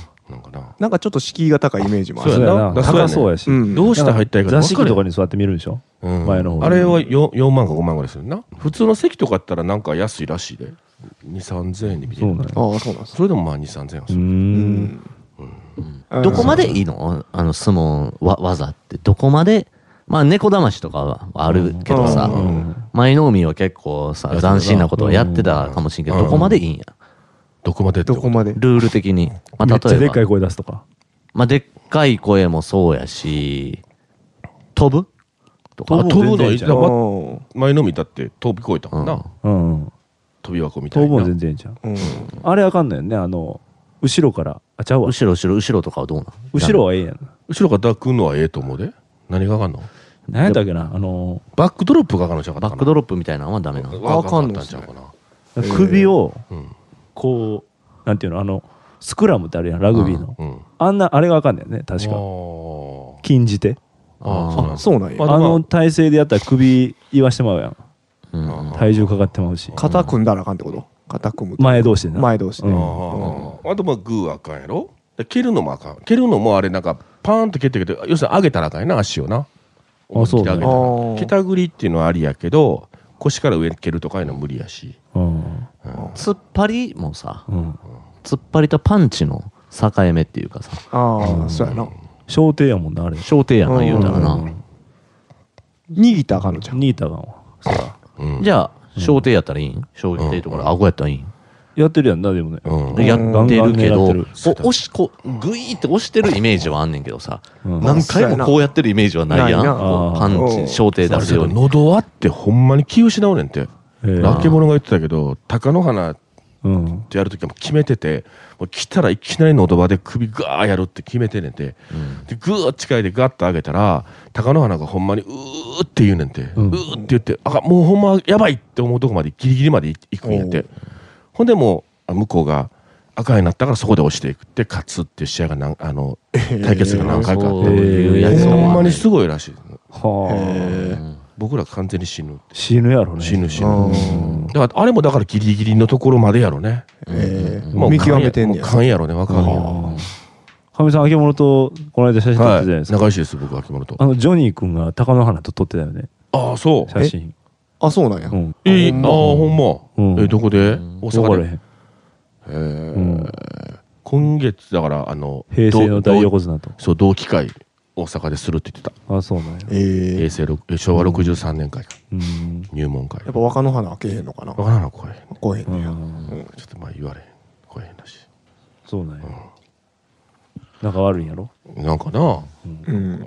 A: かな。
C: なんかちょっと敷居が高いイメージもある。
A: そうやな。
B: な高そうやし、
C: うん
A: どうして入ったらいいか
B: 座敷とか
A: に。
B: に座って見るんでしょ、
A: うん
B: 前の方
A: あれは よん, よんまんかごまんぐらいするな。普通の席とかやったらなんか安いらしいで。に、さんぜんえんで見てる。
B: そうなんや
C: ああ、そうなんです。
A: それでもまあに、さんぜんえんはする。
B: うーん
C: うん
D: どこまでいいのあの相撲わ技ってどこまでまあ猫だましとかはあるけどさ、
C: うん
B: うん
D: 舞の海は結構さ
A: やってたな
D: 斬新なことはやってたかもしれんけど、
A: うん
D: どこまでいいんや
A: どこまでってこと
C: どこまで。
D: ルール的に、ま
B: め
D: あ、例えば
B: っちゃでっかい声出すとか。
D: まあ、でっかい声もそうやし飛ぶとか
A: あ飛ぶの
B: 全然いいじゃん
A: だからま
C: うん
A: 前のみだって飛び越えたもんな。
B: うん。
A: 飛び箱みたいな。
B: 飛ぶも全然いいじゃん。
C: うん。
B: あれあかんのよね、あの、後ろから、あ、ちゃうわ。
D: 後ろ後ろ後ろとかはどうなん
B: 後ろはええやん。
A: 後ろから来るのはええと思うで。何があかんの？
B: 何やったっけな、あの、
A: バックドロップがあかんのちゃうかったかな。
D: バックドロップみたいなのはダメなの
A: わかんのちゃうかな。
C: ー
B: 首を、
A: うん。
B: こう、なんていうの、あの、スクラムってあるやん、ラグビーの。
A: うん。
B: あんな、あれがあかんねんね、確か。
A: か。
B: 禁じて。
A: ああ、そうなん
C: あ、
A: だ。
C: そうなんや
A: ま。
B: あの体勢でやったら首言わしてまうやん。
D: うん
B: 体重かかってまうし。
C: 肩組んだらあかんってこと？肩組むと。
B: 前同士でな。
C: 前同士で。
B: うん
A: あああとまあグーはあかんやろ。で蹴るのもあかん。蹴るのもあれなんかパーンと蹴ってけど、要するに上げたらあかんやな、足をな。
B: あそうだね
A: 思いっきり上げたら
C: あー
A: 蹴たぐりっていうのはありやけど、腰から上に蹴るとかいうのは無理やし。
B: うん。
D: 突っ張りもさ
B: うん。
D: 突っ張りとパンチの境目っていうかさ
C: ああ、そうやな。
B: 小艇やもんな、あれ。
D: 小艇やな言うたらな、
B: うん
C: 握ったらあかんのじゃん。
B: ニータがんわ。そら
A: うん。
D: じゃあ小艇やったらいいん小艇とかで顎やったらいいん、
B: やってるやんな、でもね。
A: うん
D: でやってるけど、
B: ガンガン狙ってる
D: お押しこうグイーって押してるイメージはあんねんけどさ、
B: うん
D: 何回もこうやってるイメージはないやん
C: ないな
D: こうパン
C: うん
D: チ小艇出すように
A: 喉あってほんまに気失うねんて。
B: ええ
A: ラッケモノが言ってたけど、鷹の花っ
B: うん。
A: てやるときはもう決めてて、もう来たらいきなり喉場で首ガーやるって決めてんねんて。で、ぐーっ近いでガッと上げたら、鷹の花がほんまにうーって言うねんて。う
B: うん
A: ーって言って、あ、もうほんまやばいって思うとこまでギリギリまで行くんやって。ほんでもう、あ向こうが赤になったからそこで押していくって勝つっていう試合がなんあの、対決が何回かあっ
D: そう
A: て。
D: いうやつ
A: ほんま
D: もある
A: にすごいらしい。
B: はあ。
D: うん
A: 僕ら完全に死ぬって。
B: 死ぬやろね。
A: 死ぬ死
C: う
A: ぬ。
C: ん
A: だからあれもだからギリギリのところまでやろね。
C: ええ
A: もう
C: 見極めてんねや。
A: もう勘やろね、わかるよ。
B: かみさん、秋物とこの間写真撮ってたじゃないですか。
A: 仲良しです、僕、秋物と。
B: あの、ジョニー君が鷹の花と撮ってたよね。
A: ああ、そう。
B: 写真。
C: あ、そうなんや
B: う。ん。
A: えー、ああ、ほんま。
B: うん
A: え、どこで
D: ん
A: 大阪で。
B: わからへん。
A: え
B: うん
A: ー今月、だから、あの、
B: 平成の大
A: 同
B: 横綱と。
A: そう、同期会、大阪でするって言ってた。
B: あ、そうなんや。
C: ええ
A: 平成ろく、昭和ろくじゅうさんねん会か。
B: うん。
A: 入門会。
C: やっぱ若の花開けへんのかな。
A: わからんな、声。
C: 来へんねや。
B: うん。
A: ちょっとまあ言われへん。声変だし。
B: そうなんや。仲悪いんやろ。
A: なんかな。
C: うん。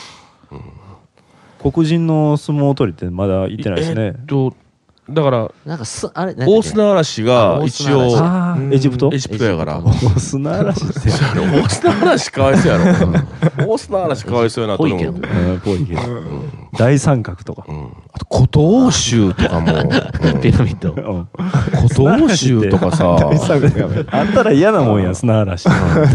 B: 黒人の相撲取りってまだ行ってないですね
A: えっ。と、だから、
D: なんかすあれ
A: 大砂嵐が一
D: あ大
A: 応、
B: ああ、エジプト
A: エジプトやから。
B: 大砂嵐って。
A: 大砂嵐かわいそうやろ。大砂嵐かわいそうやなと思う。
D: ぽいけど
B: うん、ぽいけど。大三角とか。
A: うん。あと、古東州とかも、うん
D: ピラミッド
B: うん。
A: 古東州とかさ、
C: 大三角やめ
B: あったら嫌なもんや、砂嵐。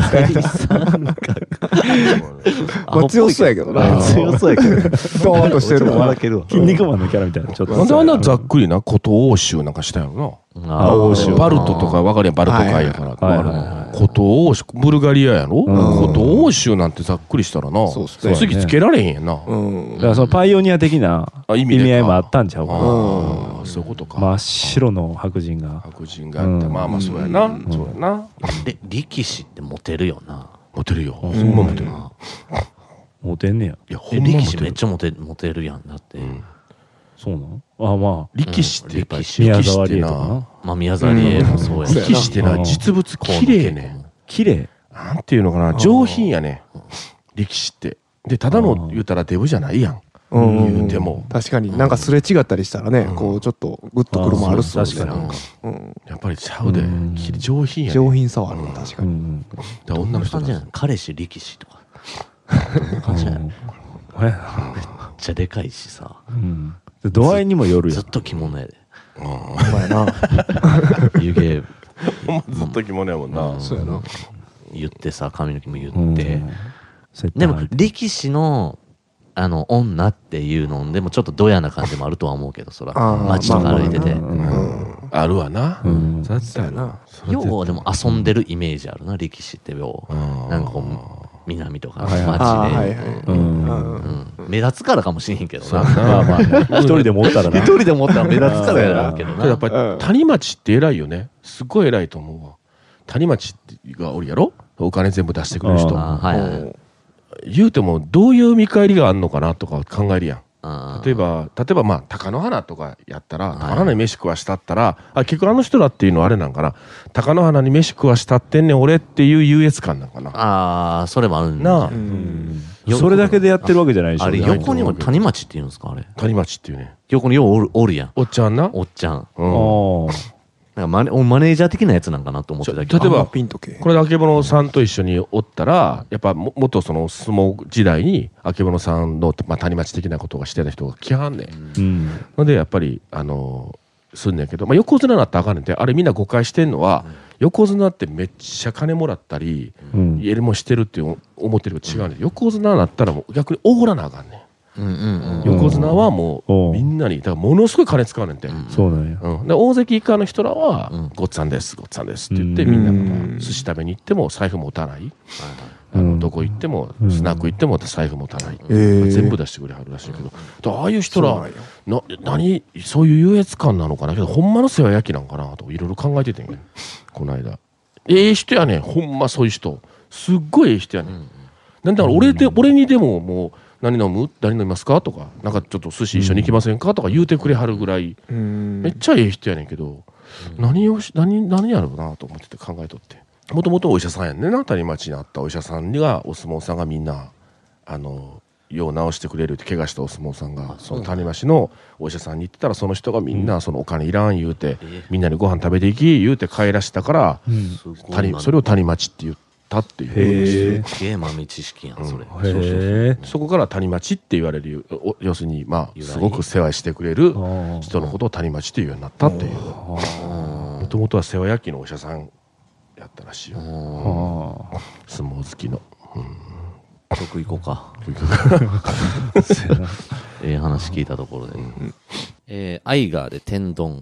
C: まあ強そうやけどな。
D: 強そうやけど
C: ドーンとしてるわ
D: 笑。けるわ
B: 筋肉マンのキャラみたいな。ちょっと。
A: なんであんなざっくりな古東州なんかしたよ
B: あ欧州
A: な。バルトとか分かるやん、バルト海やから。
B: はいはいはい
A: 古東州、ブルガリアやろ
B: うん
A: 古東州なんてざっくりしたらな
C: そうっすね、
A: 次つけられへんやんな。
C: うん
B: だ。からそのパイオニア的な意
A: あ意味でか
B: 味合いもあったんちゃうかな。
A: ああ、そういうことか。
B: 真っ白の白人が。
A: 白人があって、
B: うん
A: まあまあそうやな。そうやな。
D: で力士ってモテるよな
A: モテるよ。ほんまモテる。
B: モテんねや。
A: いや、ほ
D: え
A: んまモテる。
D: 力士めっちゃモテモテるやんだって、
A: うん
B: そうなのあ、ま
A: 力士ってやっぱり、
D: 力士
B: あ、宮
A: 力士って
B: 沢りえとか
A: な
B: な。。
D: まあ宮沢りえもそうやし、
A: 力士ってな、実物綺麗ね。
B: 綺麗。
A: なんていうのかな、上品やね。力士って。で、ただの言うたらデブじゃないやん。
C: うん
A: 言うても。
C: 確かになんかすれ違ったりしたらね、こうちょっとグッとくるもあるっすよね。
B: 確かに
C: なんかうん
A: やっぱりちゃうで
B: うん。
A: き上品やね。
C: 上品さはあるな、確かに。
B: うん。
A: だから女の人
D: 感じ
A: だ
D: じゃない彼氏力士とかどんな感じじゃないめっ
B: え
D: ちゃでかいしさ
B: うん。度合いにもよるやん。
D: ずっと着物やで
C: ほんまやな。
D: 湯気
A: ほんまずっと着物やもんな。
C: そうやな。
D: 言ってさ髪の毛も言
B: うん
D: って、
B: そう
D: でも
B: やって
D: 力士のあの女っていうのでもちょっとドヤな感じもあるとは思うけどそら
C: あー
D: 街とか歩いてて、
B: まあまあ
C: うん。
A: あるわな。
B: うん
A: だってある
C: そうやな。
A: それ絶対
D: ようでも遊んでるイメージあるな力士ってよう
A: うん
D: なんかこう南とか
B: はいはい
D: 街で、
C: あーはいはい
B: うん
C: うん
D: うん目立つからかもしれへんけどな。
B: まあまあね一人でもおったらな
D: 一人でもおったら目立つからやろうけどな。
A: やっぱり谷町って偉いよね。すごい偉いと思うわ。谷町がおるやろ、お金全部出してくれる人。
D: あーはいはい。
A: 言うてもどういう見返りがあんのかなとか考えるやん。
D: あー
A: 例えば、例えばまあ、貴乃花とかやったら、
D: い
A: 貴乃花に飯食わしたったら、あ、結局あの人らっていうのはあれなんかな、貴乃花に飯食わしたってんねん俺っていう優越感なんかな。
D: あー、それもあるん
A: なあ
C: う、ん
B: それだけでやってるわけじゃないでしょ。
D: あれ、
A: ないと思う
D: 横にも谷町って言うんですかあれ。
A: 谷町っていうね。
D: 横にようおるおるやん。
A: おっちゃんな。
D: おっちゃん。
A: うん。
B: あ
D: なんかマネマネージャー的なやつなんかなと思ってたけど。
A: 例えば
C: あんまピンとけ
A: これであけぼのさんと一緒におったら、やっぱも元その相撲時代に、あけぼのさんの、まあ、谷町的なことがしてた人が来はんねん。
B: ーうん。
A: ので、やっぱり、あのーすんねんけど、まあ、横綱になったらあかんねんて、あれみんな誤解してんのは、横綱ってめっちゃ金もらったり、
B: うん。
A: 家もしてるって思ってるけど違うねん。横綱になったらもう逆におごらなあかんねん。
D: うんうんうん。
A: 横綱はも
B: うん
A: うみんなに、だからものすごい金使うねんて。
D: ん
B: そうなんや。
A: うん、で大関以下の人らは、
D: うん
A: ごっつぁんです、ごっつぁんですって言って、
B: うん
A: みんなまた寿司食べに行っても財布持たない。あ
B: うん
A: のどこ行っても、
B: うん
A: スナック行っても財布持たない。
C: えー
A: 全部出してくれはるらしいけど、だからああいう人ら
C: そうなんや、
A: な、何、そういう優越感なのかなけど、ほんまの世話焼きなんかなといろいろ考えててんけど、この間。ええ人やねん、ほんまそういう人。すっごいええ人やねん。なんだから俺で、俺にでももう、何飲む何飲みますかとか、なんかちょっと寿司一緒に行きませんかとか言うてくれはるぐらい、
C: うん
A: めっちゃええ人やねんけど、何をし、何、何やろうなと思ってて考えとって。もともとお医者さんやんねんな、谷町にあったお医者さんには、お相撲さんがみんな、あの、よう治してくれるって怪我したお相撲さんが、その谷町のお医者さんに行ってたら、その人がみんな、そのお金いらん言うて、みんなにご飯食べていき、言うて帰らしたから、
B: うん。
D: すごい
A: 谷
D: な
A: それを谷町って言ったっていう。
B: へえ。
D: すげえ豆知識やん、それ。
A: うんそうそうそう
B: へえ。
A: そこから谷町って言われる、お要するに、まあ、
D: 由来
A: すごく世話してくれる
B: あー
A: 人のことを谷町っていうようになったっていう。
B: あ
A: もともとは世話焼きのお医者さんやったらしいよ。
B: ーあ
A: 相撲好きの。
D: 曲行こうか。
B: ー。そうやな
D: ええ話聞いたところで。えーアイガーで天丼。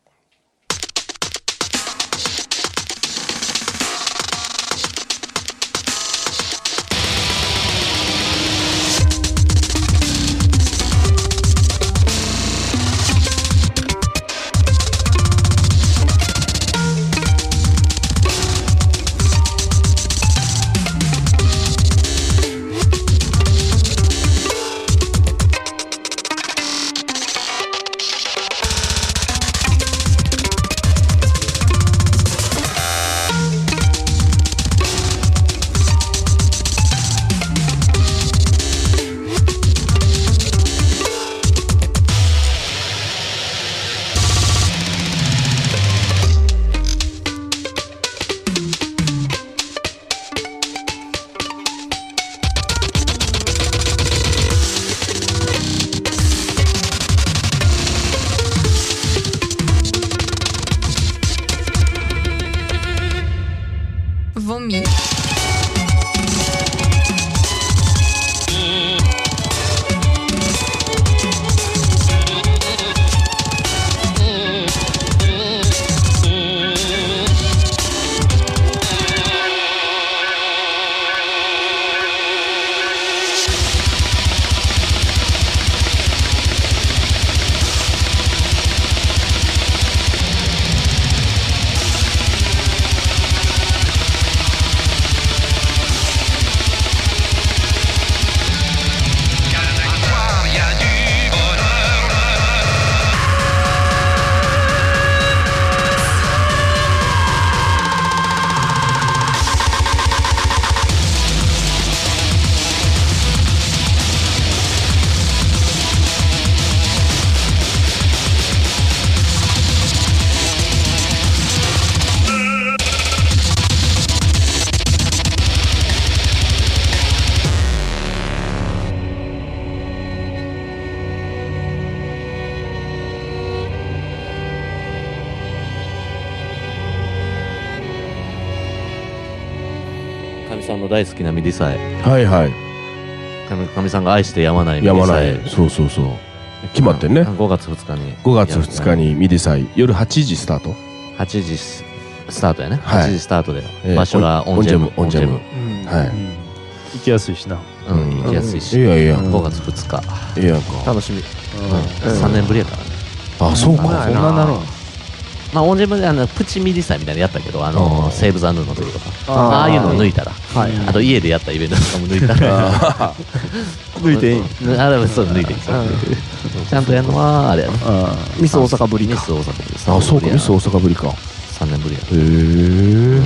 E: Vomi.
D: かみさんの大好きなミディサイ。
A: はいはい。
D: かみかみさんが愛してやまないミデ
A: や
D: ィサイ。
A: まない。そうそうそう。決まってんね。
D: ごがつふつかに。
A: ごがつふつかにミディ祭、夜はちじスタート。
D: はちじススタートやね。
A: はい
D: はちじスタートで。
A: えー
D: 場所がオンジェム。
A: オンジェム
D: オンジェム。
C: うん
A: はい
B: 行きやすいしな。
D: うん行きやすいし、
A: いやいや
D: ごがつふつか、
A: いやんか
C: 楽しみ。
D: うん、さんねんぶりやからね。
A: あそうか
B: そんななるん。
D: まあオンジェムであのプチミリ祭みたいなのやったけど、あのセーブ・ザ・ヌーの時とか、
C: あー
D: ああいうの抜いたら、
C: はい
D: あと家でやったイベントとかも抜いたら
B: 抜いていい。
D: ぬあれそう抜いていいそうちゃんとやるのはあれやな、
B: あ
C: ミス大阪ぶりか。
D: ミス大阪ぶり
A: あそうかミス大阪ぶりか
D: さんねんぶりや
A: へえ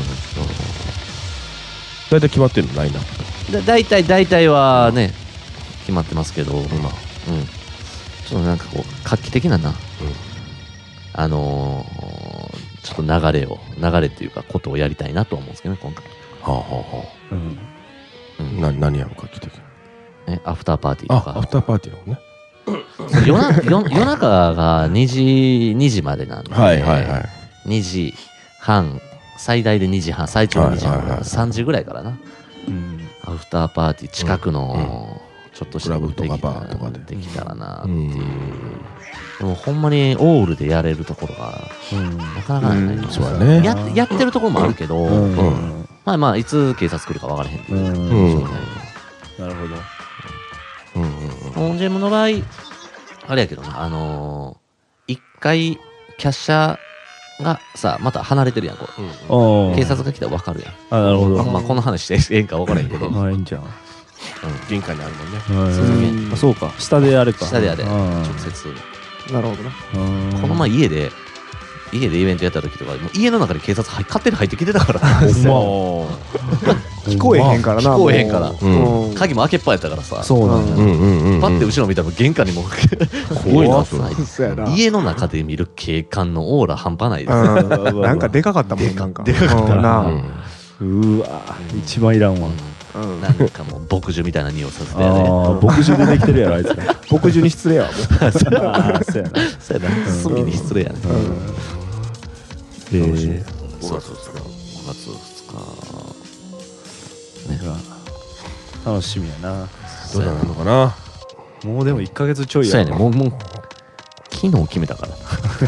A: 大体決まってんのラインナップ
D: だ大体大体はね決まってますけど、うん、ちょっとなんかこう画期的なな、あのー、ちょっと流れを流れっていうかことをやりたいなと思うんですけどね今回。
A: はあはあは
B: うん。
D: うん
A: あな何やるか来てくる
D: ね、アフターパーティーとか
A: あアフターパーティーのね
D: 夜な夜夜中がにじにじまでなんで、
A: はいはいはい
D: にじはん最大でにじはん最長にじはん、
A: はいはいはい
D: さんじぐらいからな
B: うん。
D: アフターパーティー近くのちょっとした
A: クラブとか
D: でき
A: バーとかで
D: できたらなっ
A: う
D: ていうんでもほんまにオールでやれるところが
B: うん。
D: なかなかない、
C: うん
A: そうやね
D: ややってるところもあるけど、
B: うん。
A: うん
D: まあまあいつ警察来るか分からへんっていうう、
B: ん。
A: うん
B: なるほど。
A: うんうん
D: オンジェムの場合あれやけどなあのー、一回キャッシャーがさまた離れてるやんこう
B: ああ。
D: 警察が来たら分かるやん、
B: あ、なるほど。
D: まあこの話してええんか分からへんけど、
B: あ、いいんじゃん。
A: 玄関にあるもんね
B: うん
D: そうそう
C: うん
B: あそうか。下であれか。
D: 下でやで
B: うん
D: 直接
C: なるほどな。
B: うん
D: この前家で家でイベントやった時とかもう家の中に警察入勝手に入ってきてたから
B: ほん
C: 聞こえへんからな。
D: 聞こえへんから
C: もう
A: うん
C: うん
D: 鍵も開けっぱやったからさ
B: そうなんや。
A: うんうんうんうん
D: パッて後ろ見たら玄関にも
A: すごいなそれ
D: 怖い
C: そうやな。
D: 家の中で見る警官のオーラ半端ないです
C: うんなんかでかかったもん、なんか。
D: でかかった
C: うんなあ
A: うん
B: うわ一番いらんわ。
C: うん
D: なんかもう牧樹みたいな匂いさせて
B: あ
D: やで
B: あ、牧場でできてるやろ、あいつら。
C: 牧樹に失礼やわ、も
B: ああ、そうやな。
D: そうやな隅に失礼やね
B: え
A: 楽しい
B: ー
D: そうそうそうごがつふつか
B: うわ楽しみやな。
A: どうなるのかな
B: もうでもいっかげつちょい
D: そう
B: や
D: やねもうもう昨日決めたから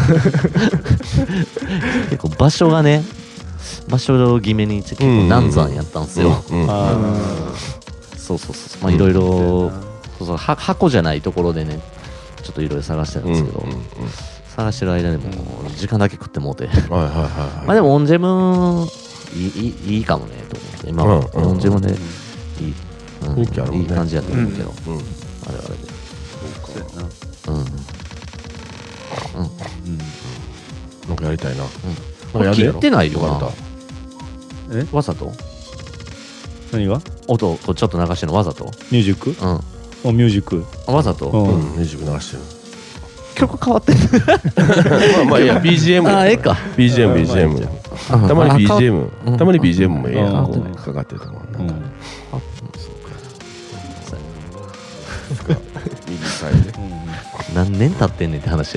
D: 結構場所がね場所決めに結構難産やったんですよ、
A: うんうん
B: あ
D: そうそうそうまあいろいろそうそうは箱じゃないところでねちょっといろいろ探してたんですけど、
A: うんうんうん
D: 探してる間にもう時間だけ食ってもうて
A: はいはいはいはい
D: まあでもオンジェムいいいいいいかもねと思って今は
A: うんうん
D: オンジェムでいい、うん
A: 雰囲気あるもんね
D: いい感じやと思うけど、
A: うん
D: あれあれで
B: そうやな。
D: うんうん
A: なんかやりたいな
D: これ切ってないよな
A: よかっ
B: え
D: わざと
B: 何が
D: 音をちょっと流してるのわざと
B: ミュージック
D: うん
B: おミュージック。
D: わざと、
B: うん
A: うんミュージック流してる
D: 曲変わってる
A: まあまあいいや ビージーエム
D: あええか
A: ビージーエム ビージーエム たまに ビージーエム
D: うん
A: たまに ビージーエム もええや
B: うん
A: んこうかかってたもん
B: うん
A: なんか右サイで
D: 何年経ってんねんって話や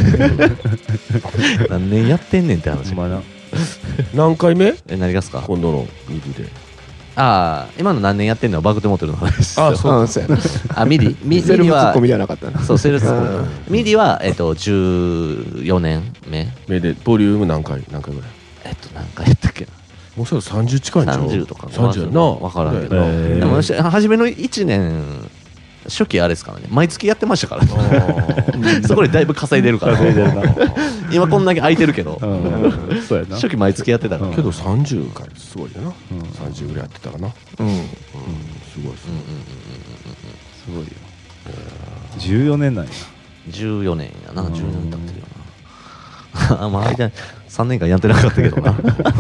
D: 何年やってんねんって話
B: まだ。
A: 何回目
D: え何がっすか
A: 今度のミディで
D: ああ今の何年やってんのはバグテモテルの話ですよ
A: あそう
C: うん、そうやな。
D: あミディミミディは
C: セルフツッコミではなかったな。
D: そうセルフツッコミ
C: うん
D: ミディはえっとじゅうよねんめ
A: 目でボリューム何回何回ぐらい
D: えっと何回やったっけな
A: もうそろさんじゅう近いんちゃう
D: さんじゅうとか
A: さんじゅうやな
D: わからんけど
A: だよな
B: えー
D: でもし初めのいちねん初期あれですからね毎月やってましたからねそこでだいぶ稼いでるから
B: 稼いでるな。
D: 今こんだけ空いてるけど
B: うん。そうやな。
D: 初期毎月やってたから
B: うん
A: けどさんじゅう回すごいよな
B: うん
A: さんじゅうぐらいやってたかな
C: うん。
A: すごいす
B: すごいよ。じゅうよねんなんや。
D: じゅうよねんやな
B: うん
D: じゅうねん経ってるよなあまあ間さんねんかんやってなかったけどな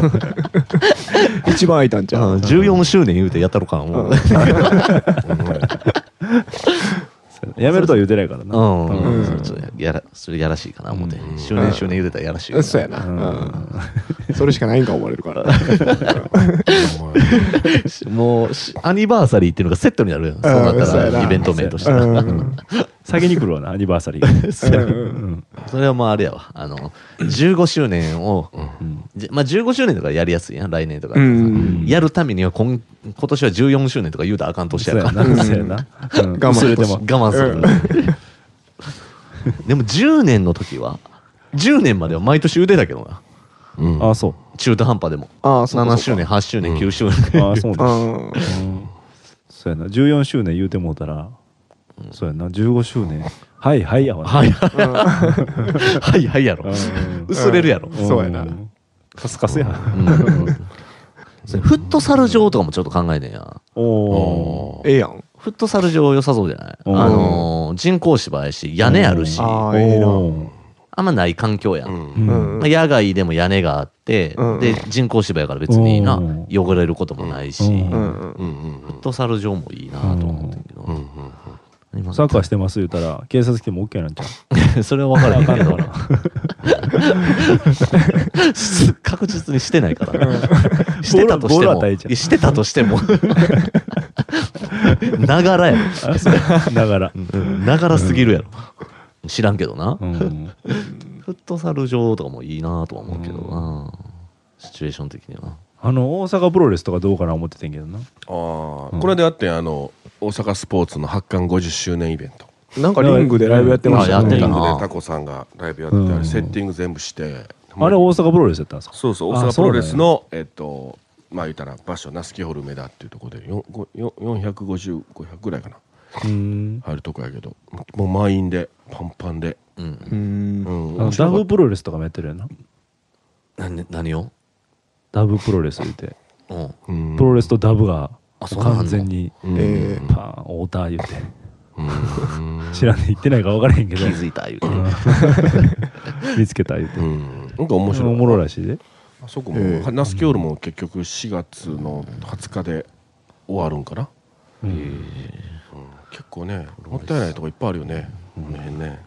C: 一番空いたんちゃう。
D: じゅうよんしゅうねん言うてやったろかなもう
B: やめるとは言うてないからな。
D: うん、
C: うん
D: それちょっとやらそれやらしいかな思って、
A: うん
D: 周年周年言うてたらやらしいよな
C: そうやな。
B: うん
C: うんそれしかないんか思われるから。
D: もうしアニバーサリーっていうのがセットになるよそうなった
C: そうやな
D: らイベント名として
C: う
D: は
C: ん。
B: 先に来るわな、アニバーサリー。
D: そうや
C: うん
B: うん
D: それはまああれやわあのじゅうごしゅうねんを、
B: うん
D: じまあ、じゅうごしゅうねんとかやりやすいやん来年とか、
C: うん
D: やるためには今今年はじゅうよんしゅうねんとか言うたらあかん年
B: そうや
D: やから
B: な。そうやな。うん
C: 我慢
B: 忘れても。
D: 我慢する、でもじゅうねんの時はじゅうねんまでは毎年言うてたけどな
A: うん
B: あ、そ
D: 中途半端でも
C: ああ、そうか
D: ななしゅうねんはちしゅうねんきゅうしゅうねん
B: ああそうなん
C: うん
B: うんそうやなじゅうよんしゅうねん言うてもうたらそうやなじゅうごしゅうねんはいはいやわな
D: はいはいはいやろ
B: うん
D: 薄れるやろ
C: うんそうやな
B: カスカスや
D: うんそれフットサル場とかもちょっと考えてんや
B: おお
C: ええやん。
D: フットサル場良さそうじゃないあ
B: うん
D: のー人工芝やし屋根あるし
C: ああ、ええな。
D: あんまない環境やん、
C: うん
D: まあ野外でも屋根があって、
C: うん
D: で人工芝やから別にな、
B: うん
D: 汚れることもないし、
B: うん
C: うんうん。
A: うんうん
D: フットサル場もいいなと思ってんけど、
A: うんうん
D: 今
B: サッカーしてます言うたら警察来ても OK なんちゃう
D: それは分からへんけど
B: わかんない
D: 確実にしてないからしてたとしても
B: ボール与えちゃう
D: いやしてたとしてもながらやろ
B: だから
D: ながらすぎるやろ知らんけどな、
B: うん
D: フットサル場とかもいいなとは思うけどな、シチュエーション的にはな
B: あの大阪プロレスとかどうかな思っててんけどな
A: ああ、これであってあの大阪スポーツの発刊ごじゅっしゅうねんイベント
C: なんかリングでライブやってました
D: あやってたな
A: リングでタコさんがライブやって、
B: うん
A: あれセッティング全部して
B: あれ大阪プロレスやったんですか
A: そうそう大
B: あ
A: 阪プロレスのえっとまあ言ったら場所ナスキホル梅田っていうところでよんごよんよんひゃくごじゅう、ごひゃくぐらいかな
B: うん
A: 入るとこやけどもう満員でパンパンで、
D: うん
C: うん
A: うん、
B: あのダブプロレスとかもやってるやんな
D: 何何を
B: ダブプロレス言うて
D: うん
A: うん
B: プロレスとダブが
D: あそうなんの
B: 完全に
A: うん
C: ええ
B: パーン太田言うて
A: うん
B: 知らんで言ってないか分からへんけど
D: 気づいた言うて、
B: 見つけた言うて
A: うんなんか面白い
B: おもろいらしいで
A: あそこも、
C: ええ
A: ナスキホールも結局しがつのはつかで終わるんかな、
B: うん
A: 結構ねもったいないとこいっぱいあるよね、この辺ね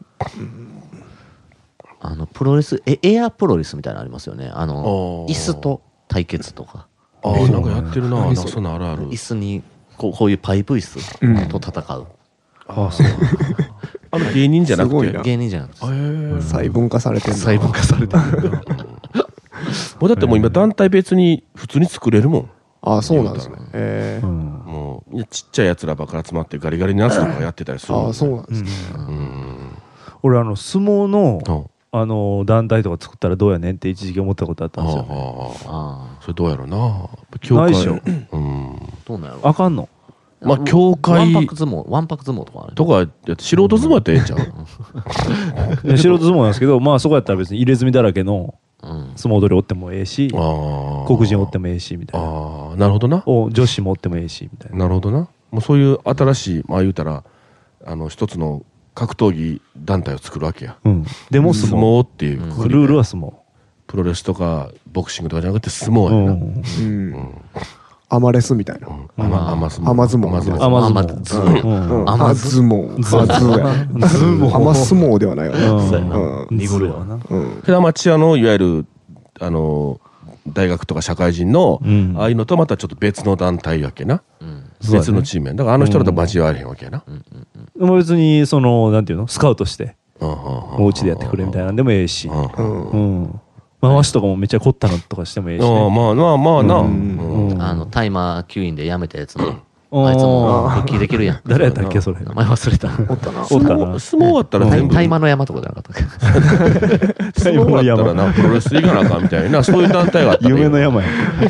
D: あのプロレスエエアプロレスみたいなのありますよねあの
A: あー
D: 椅子と対決とか
A: ああなんかやってるななんかそんなんあるある
D: 椅子にこうこういうパイプ椅子と戦う、
B: ああそう
A: あの芸人じゃなくて
C: すごいな
D: 芸人じゃなくて
A: へえ
C: 細分化されてんだ。
D: 細分化されてる
A: もうだってもう今団体別に普通に作れるもん
C: ああ、そうなんですね。ええ
B: うん
A: もういやちっちゃいやつらばっかり集まってガリガリのやつとかやってたりするもん
C: ああ、そうなんですね。
A: うん
B: 俺あの相撲の
A: あ
B: あの団体とか作ったらどうやねんって一時期思ったことあったんですよね
A: ああ
D: あ
A: それどうやろうな教会
B: ないっしょ
A: うん
D: あどうなんやろ
B: あかんの
A: まあ教会
D: わんぱく相撲わんぱく相撲とかある
A: とかやって素人相撲やったらええんちゃう
B: いや素人相撲なんですけどまあそこやったら別に入れ墨だらけの
D: うん
B: 相撲取りおってもええし
A: ああ
B: 黒人おってもええしみたいな
A: ああなるほどな
B: お女子もおってもええしみたいな
A: なるほどなもうそういう新しいまあ言うたらあの一つの格闘技団体を作るわけや
B: うんでも
A: 相
B: 相撲
A: 撲っていう
D: うん
A: くくりで
B: ルールは相撲
A: プロレスとかボクシングとかじゃなくて相撲やな、
B: うん
C: うん。アマレスみたいな。
A: あま、甘相撲
C: 甘相撲
A: 甘相撲
B: 甘
D: 甘
B: 相
D: 相撲
B: 撲うん
C: うん。
D: 甘
C: 甘相撲。相撲や。甘相撲ではないよね。
B: うん
D: そうやな
C: うん
D: 濁るわ
B: な
C: うん。
A: でアマチュアのいわゆるあの大学とか社会人の、
B: うん
A: ああいうのとまたちょっそうの団体やけな、
D: うん
B: そうだね
A: 別のチームやだからあの人らと交われへんわけやな、
B: でも別にそのなんていうのスカウトして
A: うんうんうん
B: お家でやってくれみたいなんでもええし
A: うん
C: うん。
B: うん回しとかもめっちゃ凝ったのとかしてもええし
A: ああ
B: ね
A: まあまあまあな、
C: うん
A: うん
D: あのタイマー吸引でやめたやつも
B: うん
D: あいつも復帰できるやん
B: 誰やったっけそれ
D: 名前忘れた
C: おったな。
B: おったな
A: 相撲終わったら
D: タイ
A: 全部
D: タイマーの山とかじゃなかったっけ
A: 相撲終わったらなプロレス行かなあかんみたいなそういう団体があったら
B: 夢の山や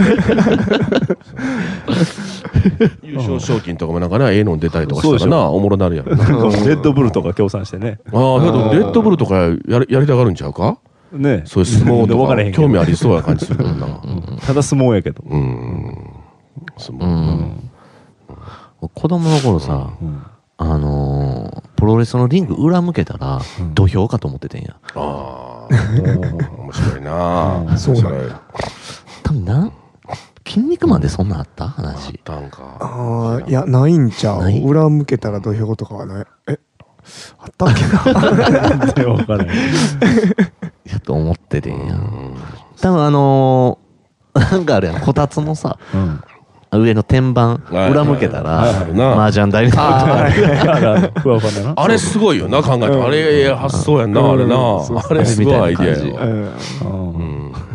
A: 優勝賞金とかもなんかなええの出たりとかしたらなおもろなるやろなあ
B: レッドブルとか協賛してね
A: あだけどレッドブルとかやりやりたがるんちゃうか
B: ね
A: そういう相撲とか
B: 分からへんけど
A: 興味ありそうな感じするけどな
B: ただ相撲やけど
A: うん相撲
D: うん子供の頃さ
B: うん
D: あのープロレスのリング裏向けたら土俵かと思っててんや
A: ああ面白いな
C: そうなんや
A: 面白い
D: 多分な筋肉マンでそんなんあった
A: あっ
D: 話
A: たんか
C: ああ、いや、ないんちゃう。
D: ない
C: 裏向けたら土俵とかはない。えあったっけな。
B: 全然分からへん
D: やと思っててんや多分あのーなんかあるやんこたつのさ
B: うん
D: 上の天板
A: はい
D: 裏向けた
A: はいあるな
D: ら麻雀台になるとか
B: あるあるふわふわだな
A: あれすごいよな考えたらあれ発想やんなあれな
C: そう
A: あれすごいアイディア
C: う
A: やわ
C: ん。
B: うん
A: うん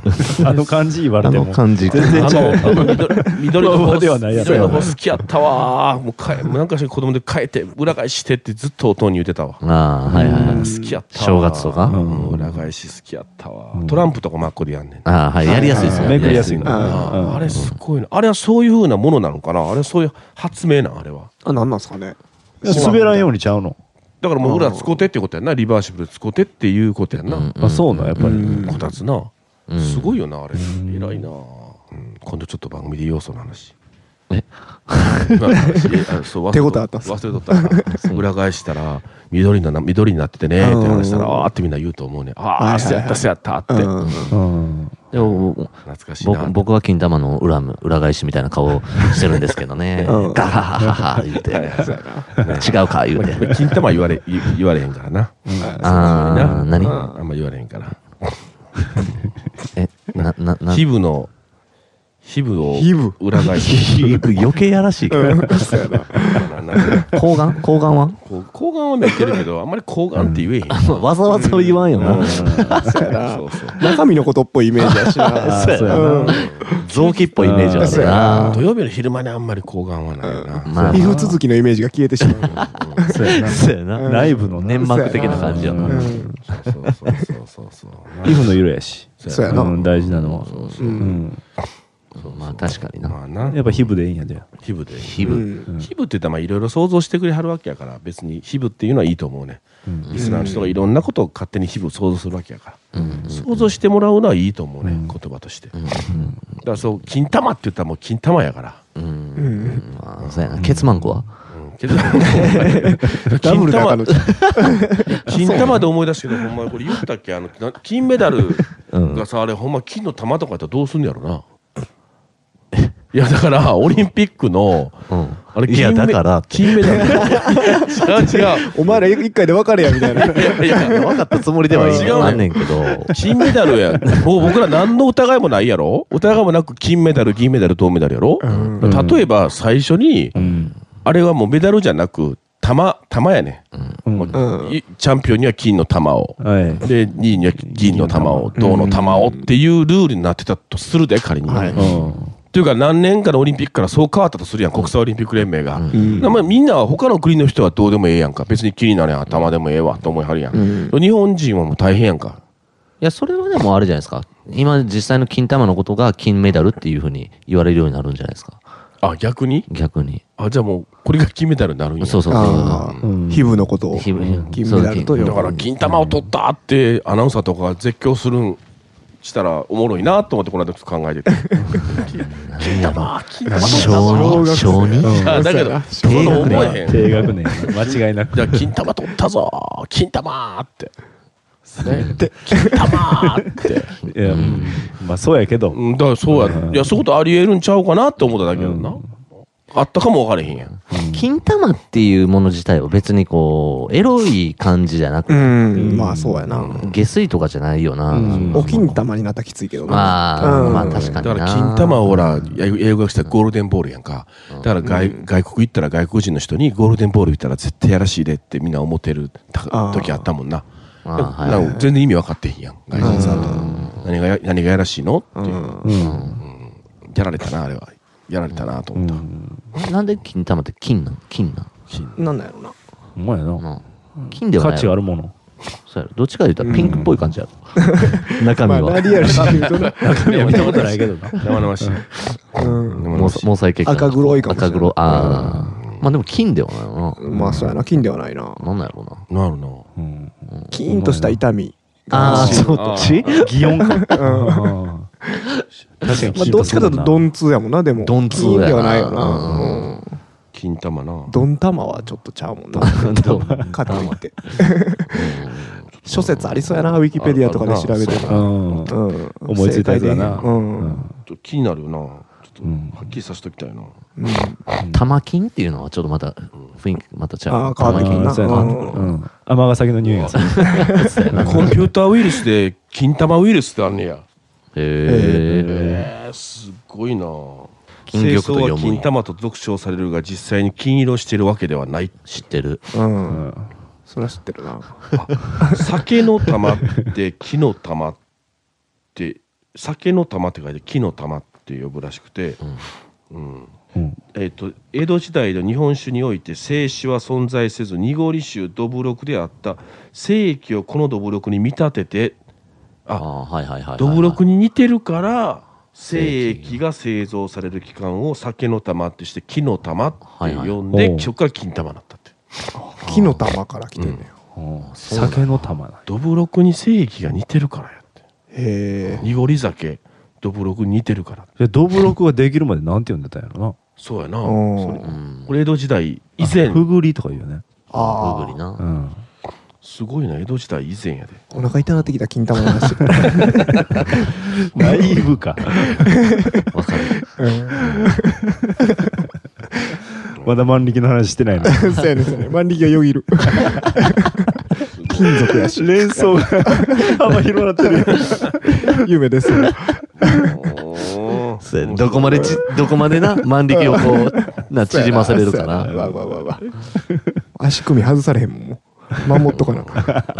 B: あの感じ言われ
D: あ
B: ても
D: の感じ。
B: 全然違う。
A: あの緑緑の方
B: ではないやろ
A: 緑の方好きやったわもうかえなんかしら子供で変えて裏返してってずっと音に言ってたわ
D: ああ、はいはいはい。
A: 好きやったわ
D: 正月とか
A: うん裏返し好きやったわ
B: うん
A: トランプとかマッコでやんねん
D: ああ、はい。やりやすいですよね。
B: めくりやすいんだ
C: あ
A: あ
B: うん
A: あれすごいなあれはそういう風なものなのかなあれはそういう発明なんあれは
C: あ、なんなんすかね。
B: 滑らんようにちゃうの。
A: だからもう裏使うてってことやんなリバーシブル使うてっていうことやんな、
D: うん
B: あ、そうなんやっぱり。
C: うん
A: こたつな、
D: うん
A: すごいよなあれ偉いな、うん、今度ちょっと番組で要素の話
D: え
A: 今の話えあそう忘れ
C: 手応えあったんす
A: 忘れとったな裏返したら緑のな緑になっててねって話したら
C: うん
A: あーってみんな言うと思うねあ
C: はいはい
A: あそうやったそうやったって
C: うん
B: うん。
D: でも
A: 懐かしいな
D: 僕僕は金玉の裏む裏返しみたいな顔してるんですけどね。
C: うん
D: ガハハハハ言って。
C: そうやな。
D: 違うか言うて。
A: 金玉言われ言言われへんからな
D: ああ、何
A: あんま言われへんから
D: え、な、な、な、
A: 皮膚の皮膚を
C: 皮膚
A: 裏返し
D: 余計やらしいけど。
C: うんそうやな。
A: なな
D: 抗がん抗がんは
A: こう睾丸は見えてるけどあんまり睾丸って言えへん
D: わざわざ言わんよな。
C: そうやな
A: そうそう
C: 中身のことっぽいイメージやしな。
B: そうやな
C: うん
D: 臓器っぽいイメージはある
C: そうや
D: な。
A: 土曜日の昼間にあんまり睾丸はないよな、
D: まあ
C: 皮膚続きのイメージが消えてしまう。
B: そうやな。
D: そうやな。
B: 内部のね、
D: 粘膜的な感じやな。
B: う
C: うんん
A: そうそうそうそうそう
B: 皮膚の色やし。
C: そうやな。
B: うん、大事なのは。
A: そうそうう、
B: ん。
D: そうまあ確かにな。
A: まあな
B: やっぱ皮膚でいいんやで。
A: 皮膚で
D: 皮膚。
C: うん
A: 皮膚って言ったらまあいろいろ想像してくれはるわけやから別に皮膚っていうのはいいと思うね
B: うん
A: リスナーの人がいろんなことを勝手に皮膚を想像するわけやから
D: うん
A: 想像してもらうのはいいと思うね
B: うん
A: 言葉としてだ
D: うん
A: からそう金玉って言ったらもう金玉やから
D: うんう
C: うん
D: ん。まあそうやな。ケツマンコは
A: うんけど
C: ダブルで赤の
A: 金玉で思い出したけどほんまこれ言ったっけあのな金メダルがさあれほんま金の玉とかやったらどうすんのやろないやだからオリンピックの
D: うん。
A: あれ
D: いや
A: 金メ
D: だから
A: 金メダル違う違う
C: お前ら一回で分かれやみたいな。
A: いやいや
D: 分かったつもりではい
A: 違うね
D: あんねんけど。
A: 金メダルやもう僕ら何の疑いもないやろ疑いもなく金メダル銀メダル銅メダルやろ、
C: うん
A: 例えば最初に
B: うん。
A: あれはもうメダルじゃなく玉玉やね、
B: うん。
C: うん
A: いチャンピオンには金の玉を
B: はい。
A: でにいには銀の玉を銅の玉をっていうルールになってたとするで仮に、
C: はい
B: うん。
A: というか何年かのオリンピックからそう変わったとするやん国際オリンピック連盟が、
C: ん
A: まあ、みんなは他の国の人はどうでもええやんか別に気になるやん玉でもええわと思いはるやん、
C: うん
A: 日本人はもう大変やんか
D: いや、それはでもあれじゃないですか。今実際の金玉のことが金メダルっていうふうに言われるようになるんじゃないですか。
A: あ逆に
D: 逆に。
A: あじゃあもうこれが金メダルになるんや
D: そうそうそう。
C: あ
B: うん
C: あ、皮膚のことを
D: 皮膚
C: 金メダルと呼ぶ
A: だから金玉を取ったってアナウンサーとかが絶叫するんしたらおもろいなと思ってこの間考えてて金玉金玉取った
D: 小
A: ぞ
D: 児小児
A: いやだけど
C: そう
A: その思
D: 低学
A: えへん
B: 低学年。間違いなく。
A: じゃあ金玉取ったぞ金玉ってね金玉って
B: いや、まあそうやけど。
A: うんだからそうやいやそういうことありえるんちゃうかなって思っただけどなあったかも分かれへんやん
D: 金玉っていうもの自体は別にこう、エロい感じじゃなく
C: う
D: て、
C: ん、まあそうやな。
D: 下水とかじゃないよな。
B: うん
C: お金玉になったらきついけどな。
D: まあ、
C: うん
D: まあ確かにな。
A: だから金玉をほら英語訳したらゴールデンボールやんかだから外,、外国行ったら外国人の人にゴールデンボール言ったら絶対やらしいでってみんな思ってるた
C: あー
A: 時あったもんな
D: あーはい
A: なんか全然意味分かってへんやん外人さんとか何がや何がやらしいのっていう、
C: うん
B: うん。
A: やられたなあれはやられたなと思った、
D: なんで金玉って金なん金なん
C: なんだろうな。
B: ほんまやな。
D: うん金では
B: 価
D: ないやろ。
B: 値あるもの。
D: そうやろどっちかで言ったらピンクっぽい感じやろ。中身
C: まあ、
D: は。
C: リアルに言うとな。
B: いや、見たことないけどな。
A: 生々しい
C: うん。
A: 生々しい
D: 毛細血管。
C: 赤黒いかもしれない
D: 赤黒。ああ。まあでも金ではないよ
C: まあそうやな。金ではないな。
D: な。なんなんやろうな。
A: なるな
B: うん。
C: キーンとした痛み。
D: ああ、そう
A: あー
D: ち
B: 擬音か。
C: うん。
B: 確かに
C: まあ、どっちかというとドンツーやもんな、でも。
D: ドンツーやな
C: 金ではないよ
D: うん
C: な。うん
A: 金玉な
C: ドン玉はちょっとちゃうもんな。
D: どう
C: かといって。諸説ありそうやな、ウィキペディアとかで調べてたら。
B: うん。
C: うん。
B: 思いついたやつだな。
C: 正解でうん。
A: ちょっと気になるよなちょっと
B: うん
A: はっきりさせときたいな、
C: うん
D: 玉金っていうのはちょっとまた雰囲気また違う。
C: あー変わってくるな
B: あーそうやな。
C: うん
B: うん。尼崎の匂いがする。
A: コンピューターウイルスで金玉ウイルスってあんねや
D: へえ。
A: えー、すごいな
D: 金玉と
A: 清掃は
D: 読むんや
A: 金玉と読称されるが実際に金色してるわけではない
D: 知ってる。
C: うん。それは知ってるな。
A: 酒の玉って木の玉って酒の玉って書いて木の玉って呼ぶらしくて、うん
B: うん
A: えー、と江戸時代の日本酒において清酒は存在せず濁り酒どぶろくであった精液をこのどぶろくに見立てて
D: ああはいはいはいはいはい
A: どぶろくに似てるから精液が製造される期間を酒の玉ってして木の玉って呼ん
B: はい
A: で、
B: はい
A: そこから金玉になったって。
C: 木の玉から来てんねよ。
B: うん酒の玉なんや
A: どぶろくに精液が似てるからやって。
C: へえ。
A: 濁り酒どぶろくに似てるから。
B: でどぶろくができるまでなんて呼んでたんやろな。
A: そうやな。
C: うん
A: それ
D: うん
A: これ江戸時代以前
B: ふぐりとか言うよね。
C: ああ。
D: ふぐりな
B: うん。
A: すごいな江戸時代以前やで。
C: お腹痛なってきた金玉の話。
B: ナイーブか。
D: わかる
B: まだ万力の話してないの。
C: そうやねそうやね。万力がよぎる。金属やし。
B: 連想が幅広なってるよ。
C: 夢ですよ。
D: そうやねどこまでちどこまでな万力をこうな縮ませれるか
C: そうや
D: な
C: わわわわ。足首外されへんもん。もう守っとかな。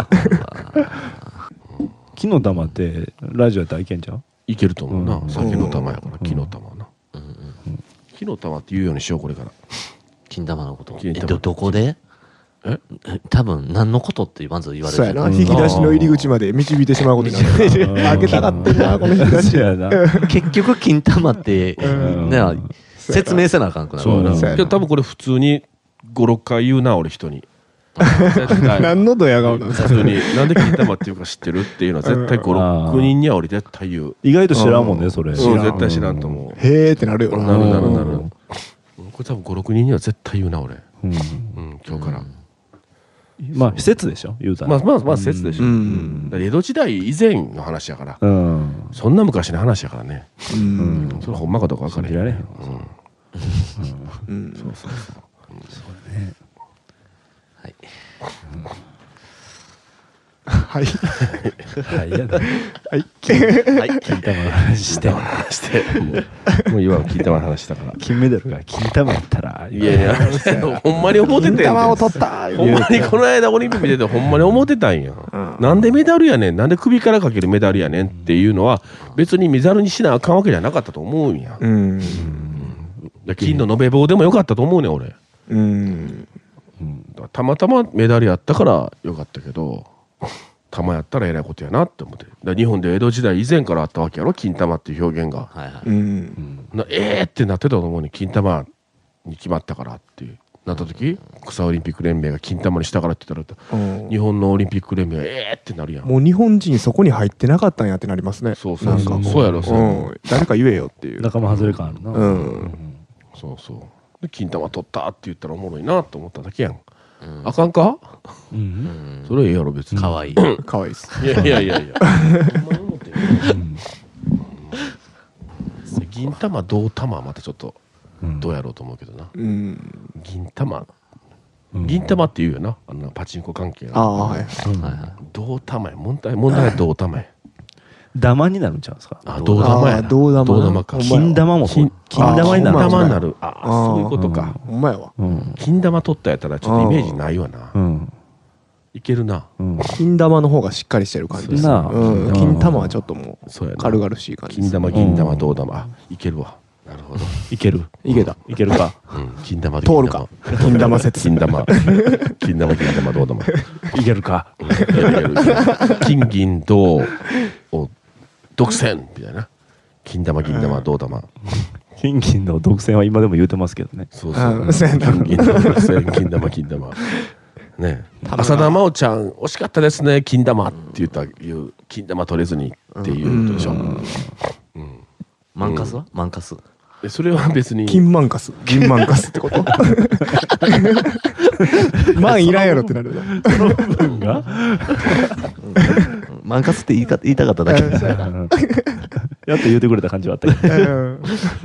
B: 木の玉ってラジオやったらいけんじゃん。
A: いけると思うな、
B: うん
A: 酒の玉やから
B: うん
A: 木の玉はな、
D: うんうん
A: 木の玉って言うようにしようこれから。
D: 金玉のこと
A: 金玉
D: えどどこで
A: え
D: え多分何のことってまず言われる
C: そうやな。
B: うん
C: 引き出しの入り口まで導いてしまうことになる。開けたがってんな、この引き出し。
B: そうやな。
D: 結局金玉って
C: うん
D: ね説明せなあかんくなる
A: そうやな。
C: そうやない
A: や多分これ普通にごろっかい言うな俺人に。絶対
C: 何のドヤ顔なんですか。
A: 普通になんで金玉っていうか知ってるっていうのは絶対ごろくにんには俺絶対言う。
B: 意外と知らんもんね、それ。
A: うん絶対知らんと思う。
C: へーってなるよな。
A: なるなるなる。
B: うん
A: これ多分ごろくにんには絶対言うな俺。
B: うん
A: うん今日から。
B: まあ、施設でしょ、言うたら。
A: まあまあまあ説でしょ。
C: うん
A: だから江戸時代以前の話やから。
B: うん。
A: そんな昔の話やからね。
C: う。
B: うんん。
A: それほんまかどうか分からへん。
B: 信じられへんわ
A: うん
C: うん。
A: そうそうそう。
D: はい
C: はい。
B: はい、やだ。
C: はい。
D: はい
B: 金玉の話して。
A: してもうもう今は金玉の話だから。
B: 金メダルが金玉やったら。
A: いやいや、ほんまに思っててん
C: 金
A: ねん
C: 玉を取った
A: ほんまにこの間オリンピック見ててほんまに思ってたんや、
C: うん
A: なんでメダルやねんなんで首からかけるメダルやねんっていうのは別にメダルにしなあかんわけじゃなかったと思うんや、
C: うん。
A: で金の延べ棒でもよかったと思うねん俺。
C: うん。
B: うん。
A: だからたまたまメダルやったからよかったけど玉やったらえらいことやなって思って。だから日本で江戸時代以前からあったわけやろ金玉っていう表現が。
D: はいはい
C: うん。
A: なえーってなってたと思うね金玉に決まったからっていうなった時国際オリンピック連盟が金玉にしたからって言ったら
C: うん
A: 日本のオリンピック連盟がえーってなるやん。
C: もう日本人そこに入ってなかったんやってなりますね。
A: そうそうそう
C: なんかも
A: そうやろそうやろ
C: うん。誰か言えよっていう。
B: 仲間外れ感あるな。
C: うん。
A: そうそうで金玉取ったって言ったらおもろいなと思っただけやん。
D: うん
A: あかんか
B: う。
D: うんん
A: それええやろ別に。
D: かわいい
C: かわいいっす。
A: いやいやいやいやほんまに思ってる銀玉銅玉はまたちょっと
B: うん
A: どうやろうと思うけどな。
C: うん。
A: 銀玉
B: うん
A: 銀玉って言うよなあのパチンコ関係
C: ああ、はい。
B: うん
D: はいはい
A: 銅玉や問題問題は銅玉や。
B: ダマになるんちゃうんですか。
A: あ銅玉やな
C: あー銅玉な
A: 銅玉か
C: ほんまや
B: 金玉もそう
A: 金
B: 金玉になる
A: 金
B: んちゃう
A: 玉になるああそういうことか。
C: ほんまやわ。
B: うん。
A: 金玉取ったやったらちょっとイメージないわな。
B: うん。
A: いけるな。
B: うん。
C: 金玉の方がしっかりしてる感じです。
B: なあ
C: うん。金玉はちょっとも
A: そうやな。
C: う軽々しい感じです。
A: 金玉銀玉銅玉あいけるわ。なるほど。
B: いける。
C: いけた。
B: いけるか。
A: うん金玉
C: 通るか。金玉説。
A: 金玉金玉銀玉銅玉。
B: いけるか。
A: うんいけるいける金銀銅を独占みたいな。金玉銀玉銅玉。
B: 金銀の独占は今でも言うてますけどね。
A: そうそう。
C: あそうやな
A: 金銀銅独占金玉金玉。ね浅田真央ちゃん惜しかったですね金玉って言った言う金玉取れずにっていうことでしょ。うん
D: マンカスはマンカス
A: でそれは別に
C: 金マンカス。銀マンカスってこと万いらんやろってなるな。
B: 分が
D: マンカスって言いか言いたかっただけ
B: やっと言うてくれた感じはあったけど。
C: うん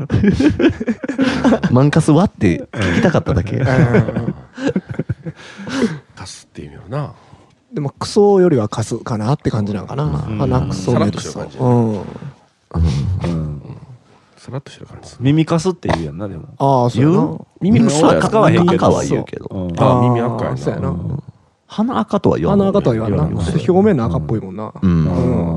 D: マンカスはって聞きたかっただけ
C: うん
A: カスっていう意味よな。
C: でもクソよりはカスかなって感じなんかな。
B: ん
C: 鼻クソ
A: さらっ
C: メクソ。
A: とした感じ
C: うん。
B: うん。
A: さらっとしてる感じです。
B: 耳かすって言うやんな、でも。
C: ああ、そうやな。
D: 言う
A: 耳クソやろ
B: 赤はへんけど
D: 赤は言うけど
B: うん
A: あ耳赤やな
C: そうやな。
D: 鼻赤とは言わん
C: 鼻赤とは言わんな。
B: 言わん
C: ちょっと表面の赤っぽいもんな。
D: うん
C: うん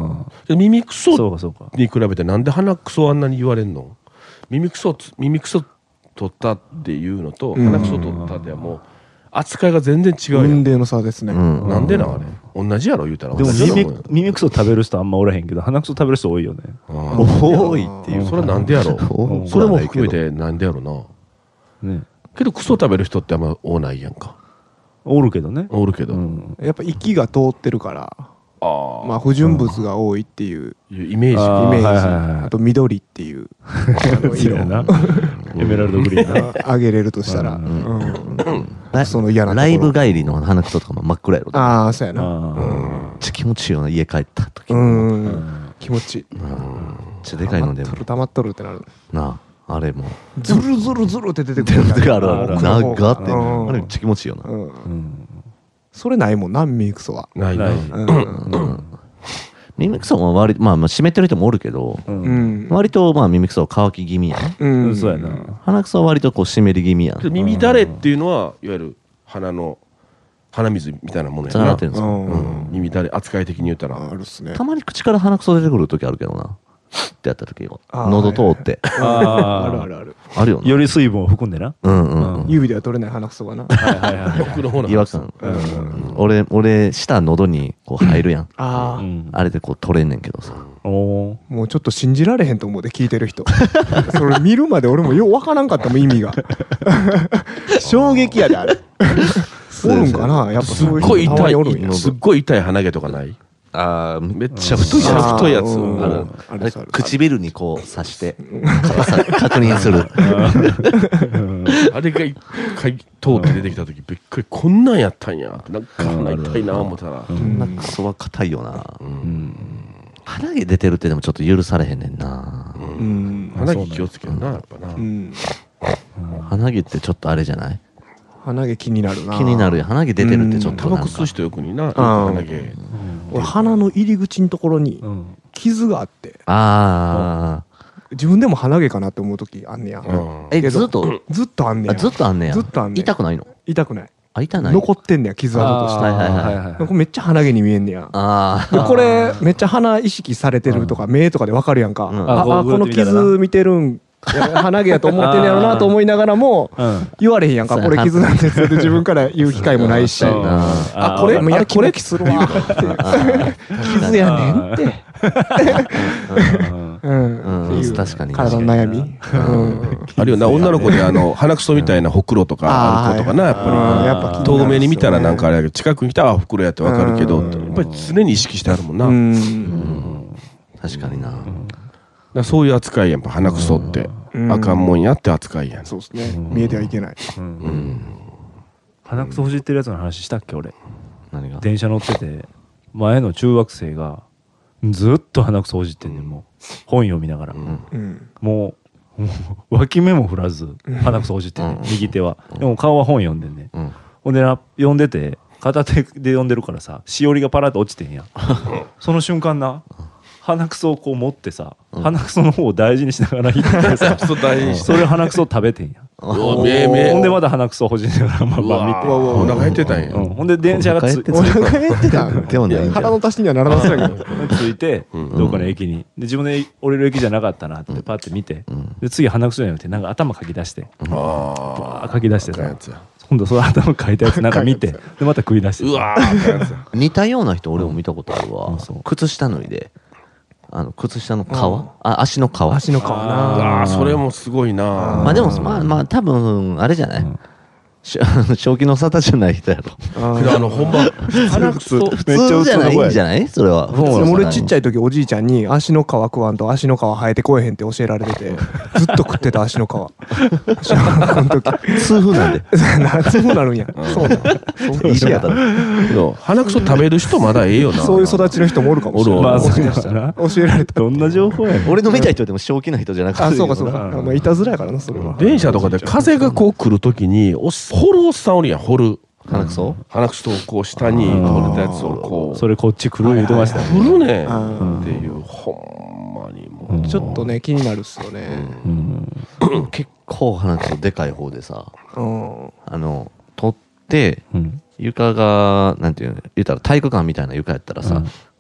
A: で耳く
B: そ
A: そう
B: かそうか。
A: に比べてなんで鼻くそあんなに言われんの？耳くそつ耳くそ取ったっていうのと
C: うん
A: 鼻くそ取ったではもう扱いが全然違うやん。
C: 雲泥の差ですね。
D: うん
A: なんでなんあれ同じやろ言うたら
B: でも耳
A: 同じやろ思うよ
B: 耳くそ食べる人あんまおらへんけど鼻くそ食べる人多いよね。
A: あー
D: 多いっていう
A: それはなんでやろ
B: うん
A: それも含めてなんでやろな。
B: ね。
A: けどクソ食べる人ってあんま多ないやんか。
B: おるけどね。
A: おるけど、
B: うん。
C: やっぱ息が通ってるから、
A: ああ、
C: まあ不純物が多いっていう
A: いうイメージ
B: あー
C: イメージ、
B: はいはいはい
C: あと緑っていうあの
B: そう
C: 色
B: やな。エメラルドグリーンな。
C: あげれるとしたら、
B: う
C: うん
D: ラ
C: その嫌なところ
D: ライブ帰りの鼻くそとかも真っ暗やろ。めっ
C: ああそうやな。
B: あ
D: ちゃ気持ちいいよな、家帰った時。
C: う
D: めっ
C: ん気持ちいい。
D: ちゃでかいのでも
C: 溜まっとる溜まっとるってなる。
D: なあ、あれも。
C: ズルズルズルって出てくる。
D: あるあるある。長って。
C: うん
D: あれめっちゃ気持ちいいよな。
C: うん
B: あ。うん。
C: それないもんな耳くそは。
A: ないな。
B: ない
C: うん
D: 耳くそも割り、まあまあ湿ってる人もおるけど、
B: う。
C: うんん
D: 割とまあ耳くそは乾き気味やね。
C: うん
B: そうやな。
D: 鼻くそは割とこう湿り気味やん。
A: 耳だれっていうのはいわゆる鼻の鼻水みたいなものやな。
D: つながってるんですか。
C: うん
A: うん、耳だれ扱い的に言ったら。
C: あるっすね
D: た。まに口から鼻くそ出てくる時あるけどな。ってやった時は
C: あー
D: 喉通って。
B: あ
C: あるあるある。
D: あるよな。
B: より水分を含んでな。
D: うんうんうん。
C: 指では取れない鼻くそがな。
B: はいはいはい。
A: 奥の方の
D: 違和感。俺、俺、舌喉にこう入るやん。
C: ああ、
B: うん。
D: あれでこう取れんねんけどさ。
B: おお。
C: もうちょっと信じられへんと思うで聞いてる人。それ見るまで俺もようわからんかったもん意味が。衝撃やであれ。おるんかなやっぱ
A: すっ
C: そういう
A: ごい痛
C: 人たまにおるんや
A: い、すっごい痛い鼻毛とかない？
D: ああ、
A: めっちゃ太いやつ、
C: あー
A: 太いやつ。
C: うん
D: ある
C: あ
D: あれ
C: るある
D: 唇にこう刺して、硬さ確認する。
A: あれが一回通って出てきた時びっくり、こんなんやったんやって、なんか鼻痛いな思ったら。
C: うん
D: なんかクソは硬いよな。
B: うん。
D: 鼻毛出てるってでもちょっと許されへんねんな。
C: うん
A: 鼻毛気をつけるな、やっぱな。
C: うん
D: 鼻毛ってちょっとあれじゃない？
C: 鼻毛気になるな。
D: 気になる。鼻毛出てるってちょっ
A: タ
D: となんか
A: バコ吸う人よくにな、よく鼻毛。
C: 俺鼻の入り口のところに
B: うん。
C: 傷があって
D: あ
C: 自分でも鼻毛かなって思う時あんねや。
A: うん
D: あ。え、
C: けど
D: ずっと、
C: ずっとあんねや。
D: あずっとあんねや。
C: ずっとあんねや
D: 痛くないの？
C: 痛くない。
D: あ、痛ない。
C: 残ってんねや傷跡として。
D: はいはいはい
B: はいはい
C: これめっちゃ鼻毛に見えんねや。
D: あ
C: でこれめっちゃ鼻意識されてるとか目とかでわかるやんか、
D: うん
C: ああこの傷見てるん鼻毛やと思ってんねやろなと思いながらも
B: うん。
C: 言われへんやんかこれ傷なんですよって自分から言う機会もないし
D: そうやな
C: あこれもうやきもきするわって傷やねんってうん
D: うん
C: っていう
D: 確かに
C: 体の悩みうん
A: あるよな、女の子であの、鼻くそみたいなほくろとかある子とかな、やっ
C: あー
A: ぱ
C: やっぱ気になるっすよね
A: り。遠目に見たらなんかあれやけど、近くに来たらあほくろやってわかるけど、
C: うん
A: やっぱり常に意識してあるもんな。
C: う
A: だか
C: ん
D: 確かにな。
A: らそういう扱いやんぱ、鼻くそって。
C: うん
A: あかんもんやって扱いやん。
C: そうですね見えてはいけない
B: 鼻くそほじってるやつの話したっけ俺。
D: 何が？
B: 電車乗ってて前の中学生がずっと鼻くそほじってんねんもう本読みながら、
C: うん
B: もうもう脇目も振らず鼻くそほじってんねん、
D: うん
B: 右手はでも顔は本読んでんねん、
D: うん。
B: ほんでな読んでて片手で読んでるからさしおりがパラッと落ちてんやその瞬間な鼻くそをこう持ってさ、
D: うん
B: 鼻くその方を大事にしながら行ってさ
A: そう大事にして。
B: それ鼻くそを食べてんや
A: うわめめ
B: ほんでまだ鼻くそをほじりながらまあ
A: う
B: まあ見て
A: わお腹減ってたんや。
B: うん、ほんで電車がつ
D: お腹減って
C: お腹減ってた
D: でもないんじゃん。
C: 腹の足しにはならなそうやけど
B: ついて、どっかの駅に。で、自分で降りる駅じゃなかったなってパッて見て、
D: ん
B: で、次鼻くそじゃなくて、なんか頭かき出して、
A: あ
B: あ書き出してさ
A: あかんや、つや。
B: 今度その頭かいたやつなんか見て、で、また食い出して。
A: うわーあかんやつや。
D: 似たような人俺も見たことあるわ。靴下脱いで、あの、靴下の皮あ、足の皮。
C: 足の皮な
A: ああ、それもすごいな。
D: まあでも、まあまあ多分、あれじゃないし正気の沙汰じゃない人やろ。
C: あ
A: けどあの、ほんま、鼻くそ。
D: 普通じゃないんじゃないそれは。
C: でも俺ちっちゃ
D: い。
C: い時おじいちゃんに足の皮食わんと足の皮生えてこえへんって教えられててずっと食ってた足の皮小学校の時
D: 痛風なんで。
C: 夏もなるんやそうだそう
D: いい方だ。
A: けど鼻くそ食べる人まだええよな。
C: そういう育ちの人もおるかもしれない
B: まあ、そう
C: もしか
B: やしたな。
C: 教えられた
B: どんな情報やねん。
D: 俺の見た人でも正気な人じゃなくて。
C: あそうかそうかまあいたずらやからなそれは
A: 電車とかで風がこう来るときに、おっ掘るおっさんおるやん、掘る。
D: 鼻くそ
A: 鼻くそをこう下に掘れたやつをこう。
B: それこっち来る言うてましたよ。
A: 振るね
C: あ
A: んっていう、ほんまにもう。
C: ちょっとね気になるっすよね
B: うん。
D: 結構鼻くそでかい方でさ、
C: うん
D: あの、取って、
B: うん。
D: 床が、なんていうの、言ったら体育館みたいな床やったらさ、
B: うん
D: こう、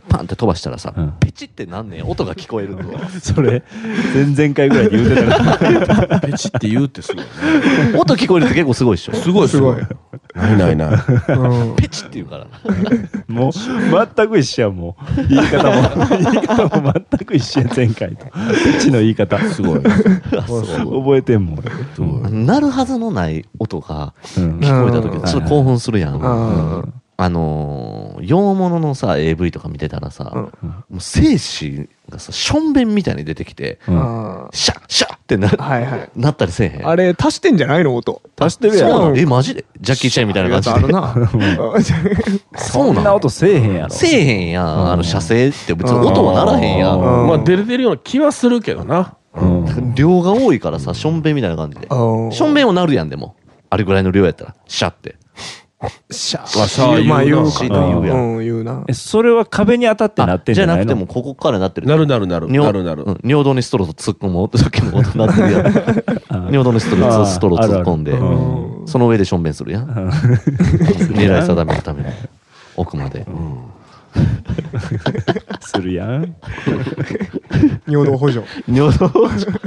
D: パンって飛ばしたらさ、
B: うん
D: ペチってなんねん音が聞こえるの
B: それ前々回ぐらいに言うてたから
A: ペチって言うってすごいね。
D: 音聞こえるって結構すごいでしょ。
A: すごいすごい。ないないない。
C: うん
D: ペチって言うからな。
B: もう全く一緒やもう言い方も言い方も全く一緒や前回とペチの言い方
A: すごい。
B: 覚えてんもん俺
A: すごい。
D: 鳴るはずのない音が
B: うん
D: 聞こえた時ちょっと興奮するやん。
C: うん
D: あのー、洋物のさ エーブイ とか見てたらさ、
C: うん
D: もう精子がさしょんべんみたいに出てきて、
B: うん
C: あ
D: シャッシャッってな,、
C: はいはい
D: なったりせえへん。
C: あれ足してんじゃないの音
B: 足してるやん
C: そうなの
D: えマジでジャッキー・チェンみたいな感じで
C: あるな
B: そんな音せえへんやろ
D: せえへんやん、
B: うん
D: あの射精って別に音はならへんやん、
C: うん
A: まあ出れてるような気はするけどな。
B: うん
D: 量が多いからさしょんべんみたいな感じで
C: うん
D: しょんべんはなるやん。でもあれぐらいの量やったらシャッて
C: シャ
A: まあシャー言うな
C: まあ言うか
D: シー
C: な
D: と言うやん
C: うん言うな
B: えそれは壁に当たってなってん
D: じゃな
B: じゃないの
D: くてもここからなってる
A: なるなるなる。
D: 尿
A: なるなる
D: う。ん尿道にストローと突っ込む音時も音なってるやん尿道にストロ
B: あー
D: ーストロー突っ込んで
B: あるある
C: うん
D: その上でしょんべんするやん狙い定めるために奥まで
B: するやん
C: 尿道補助
D: 尿道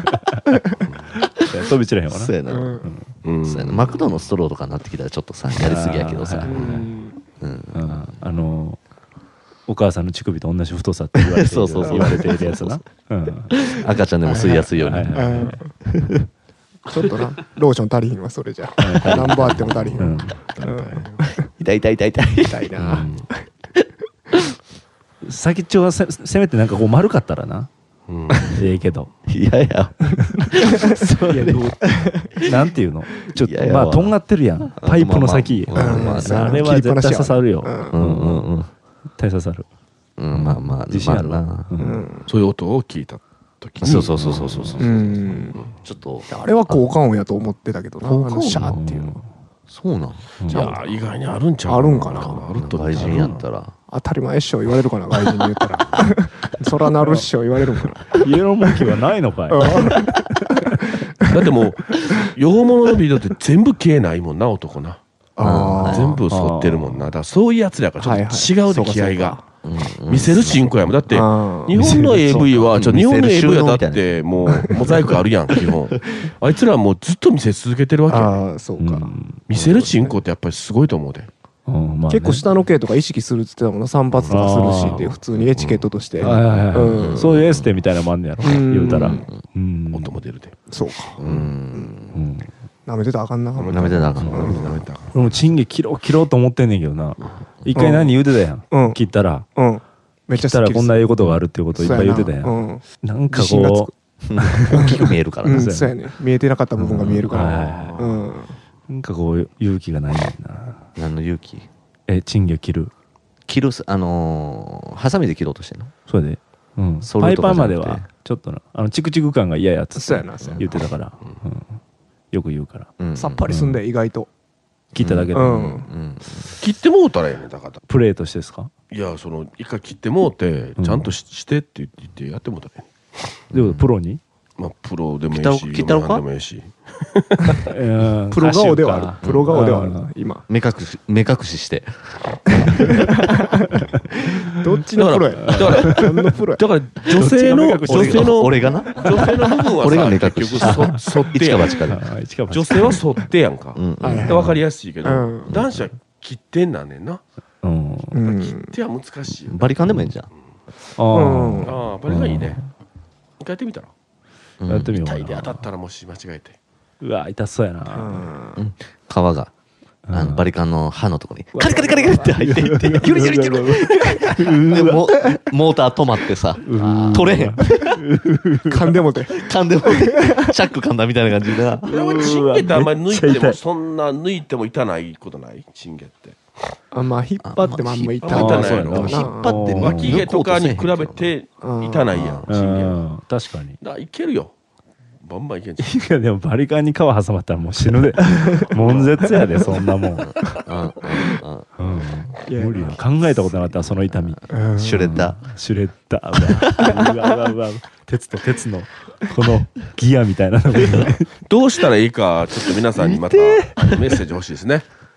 B: 飛び散らへんわな
D: そうやな、
C: うん
A: うん。
D: そうやなマクドのストローとかになってきたらちょっとさやりすぎやけどさ
B: あーはい
C: うん
D: うん
B: うんあのお母さんの乳首と同じ太さって言われている
D: そうそうそう
B: 言われているやつなうん
D: 赤ちゃんでも吸いやすいように
B: はいはいはい
C: うんちょっとなローション足りひんわそれじゃ何本あっても足りひんわ
B: うん
C: うん
D: 痛い痛い痛い痛い
C: 痛いな
B: 先っちょはせせめてなんかこう丸かったらな
A: うん。
B: ええけど
D: いやいや
B: いやこうなんていうのちょっ
D: いやいや
B: とまあとんがってるやんパイプの先
D: まあまあまあ
B: あれは絶対刺さるよ
C: うん
D: うんうんうん
B: 絶対刺さる
D: うんまあまあ
B: 自信ある
D: まあな
B: わう
C: うんん
A: そういう音を聞いた時に。
D: そうそうそうそうそうそう
C: うん
D: ちょっと
C: あれは効果音やと思ってたけどなあ
D: 効果音
C: のシャーっていうの
D: そうなん
A: いや、意外にあるんちゃう
C: あるんかな
A: あると
D: 外人やったら
C: 当たり前っしょ言われるかな外人に言ったらそらなるっしょ言われるんかな
B: イエローモンキーはないのかい
A: だってもう、洋物のビデオって全部消えないもんな、男な。
C: あー
A: 全部反ってるもんな。だからそういうやつらからちょっと違うで、気合が。
D: うん
A: 見せるチンコやもん。だって、
C: あー
A: 日本の エーブイ は、ちょ
D: 見せる
A: 日本の エーブイ はだっ
D: 収納みた
A: てもう、モザイクあるやん、基本。あいつらはもうずっと見せ続けてるわけや。
C: ああそうか
A: 見せるチンコってやっぱりすごいと思うで。
B: うんまあね
C: 結構下の毛とか意識するっつってたもんな散髪とかするしっていう普通にエチケットとして
B: はいはいはい
C: うん
B: そういうエステみたいなのもあんねやろ
C: うん
B: 言うたらうん
A: 音も出るで。
C: そうか
D: うん
B: うん
C: 舐めてたらあかんな
D: 舐めてなあかん
A: 舐めて舐めて
B: 俺もチンゲ切ろう切ろうと思ってんねんけどな一回何言うてたや
C: うん
B: ん切ったら
C: うんめっち
B: 切ったら
C: ゃすっきり
B: こんなええことがあるっていうことをいっぱい言うてたや
C: そうんやな
B: なんか
C: 自信がつ
B: こ
C: く
D: 大きく見えるから
C: う
D: なん
C: そうやね見えてなかった部分が見えるか
B: うんはいはい
C: ら
B: は
C: うん
B: うなんかこう勇気がないねんな
D: 何の勇気
B: えチンゲ切る
D: 切るすあのーハサミで切ろうとしてんの
B: それでうん
D: それ
B: パイパー
D: とかじゃなくて
B: まではちょっとなあのチクチク感が嫌やっつって
C: そうやなそうやな
B: 言ってたからうんよく言うから
D: うん
C: さっぱりすんで意外と
B: 切っただけで
C: うん
D: うん
A: 切ってもうたらええねんだから。
B: プレーとしてですか
A: いや、その、一回切ってもうて、
B: うん
A: ちゃんとししてって言ってやってもうたらええねん。
B: でもプロに
A: まあ、プロでもいいし、
D: 切ったろか
A: 嫁はんでもいいし。
B: うん
C: プロ顔ではあ
B: 歌手か
C: るプロ顔ではある
B: うん
C: な今
D: 目隠し目隠しして
C: どっちのプロや
A: だから、だから、
C: 何のプロや
A: だから女性の、女性の、
D: 俺がな
A: 女性の部分は
D: 俺が
A: さ、
D: 目隠し
A: 結局そ、反ってやん。
D: 一か八かで
B: あー一か八
A: 女性は反ってやんか。
D: うん
C: はいはい
A: で分かりやすいけど、
C: うん
A: 男子は切ってんなんねんな。
B: うん
C: うん
A: 切っては難しいよ。
D: バリカンでもいいんじゃん
B: あ
C: うん
A: ああ、バリがいいね。一回やってみたら。
B: あやってみようか
A: 痛いで当た
B: な
A: ったらもし間違えて。
B: うわ痛そうやな
C: うん
D: 皮があ
B: うん
D: のバリカンの刃のとこにカリカリカリカリって入っていってギュリギュリギュリでモモーター止まってさ取れへん
C: 噛んでもて
D: 噛んでもチャック噛んだみたいな感じでな
A: チンゲってあんまり抜い
B: めっちゃ痛い
A: ても、そんな抜いても痛ないことないチンゲって。
C: あまあ引っ張ってもあんま痛い
A: あまあ
C: そうや
A: 引っ
C: な
D: 張っても
A: 脇毛とかに比べて痛ないやん、
B: う
A: チンゲは。
B: ん確かに
A: だからいけるよ。バンバンいけんじゃん。
B: いやでもバリカンに皮挟まったらもう死ぬで悶絶やでそんなもん、うん、
D: うんうん
C: いや
B: 無理よ考えたことなかったその痛み
C: うん
D: シュレッダー
B: シュレッダーうわうわうわうわ鉄と鉄のこのギアみたいなのが
A: どうしたらいいか、ちょっと皆さんにまたあのメッセージ欲しいですね。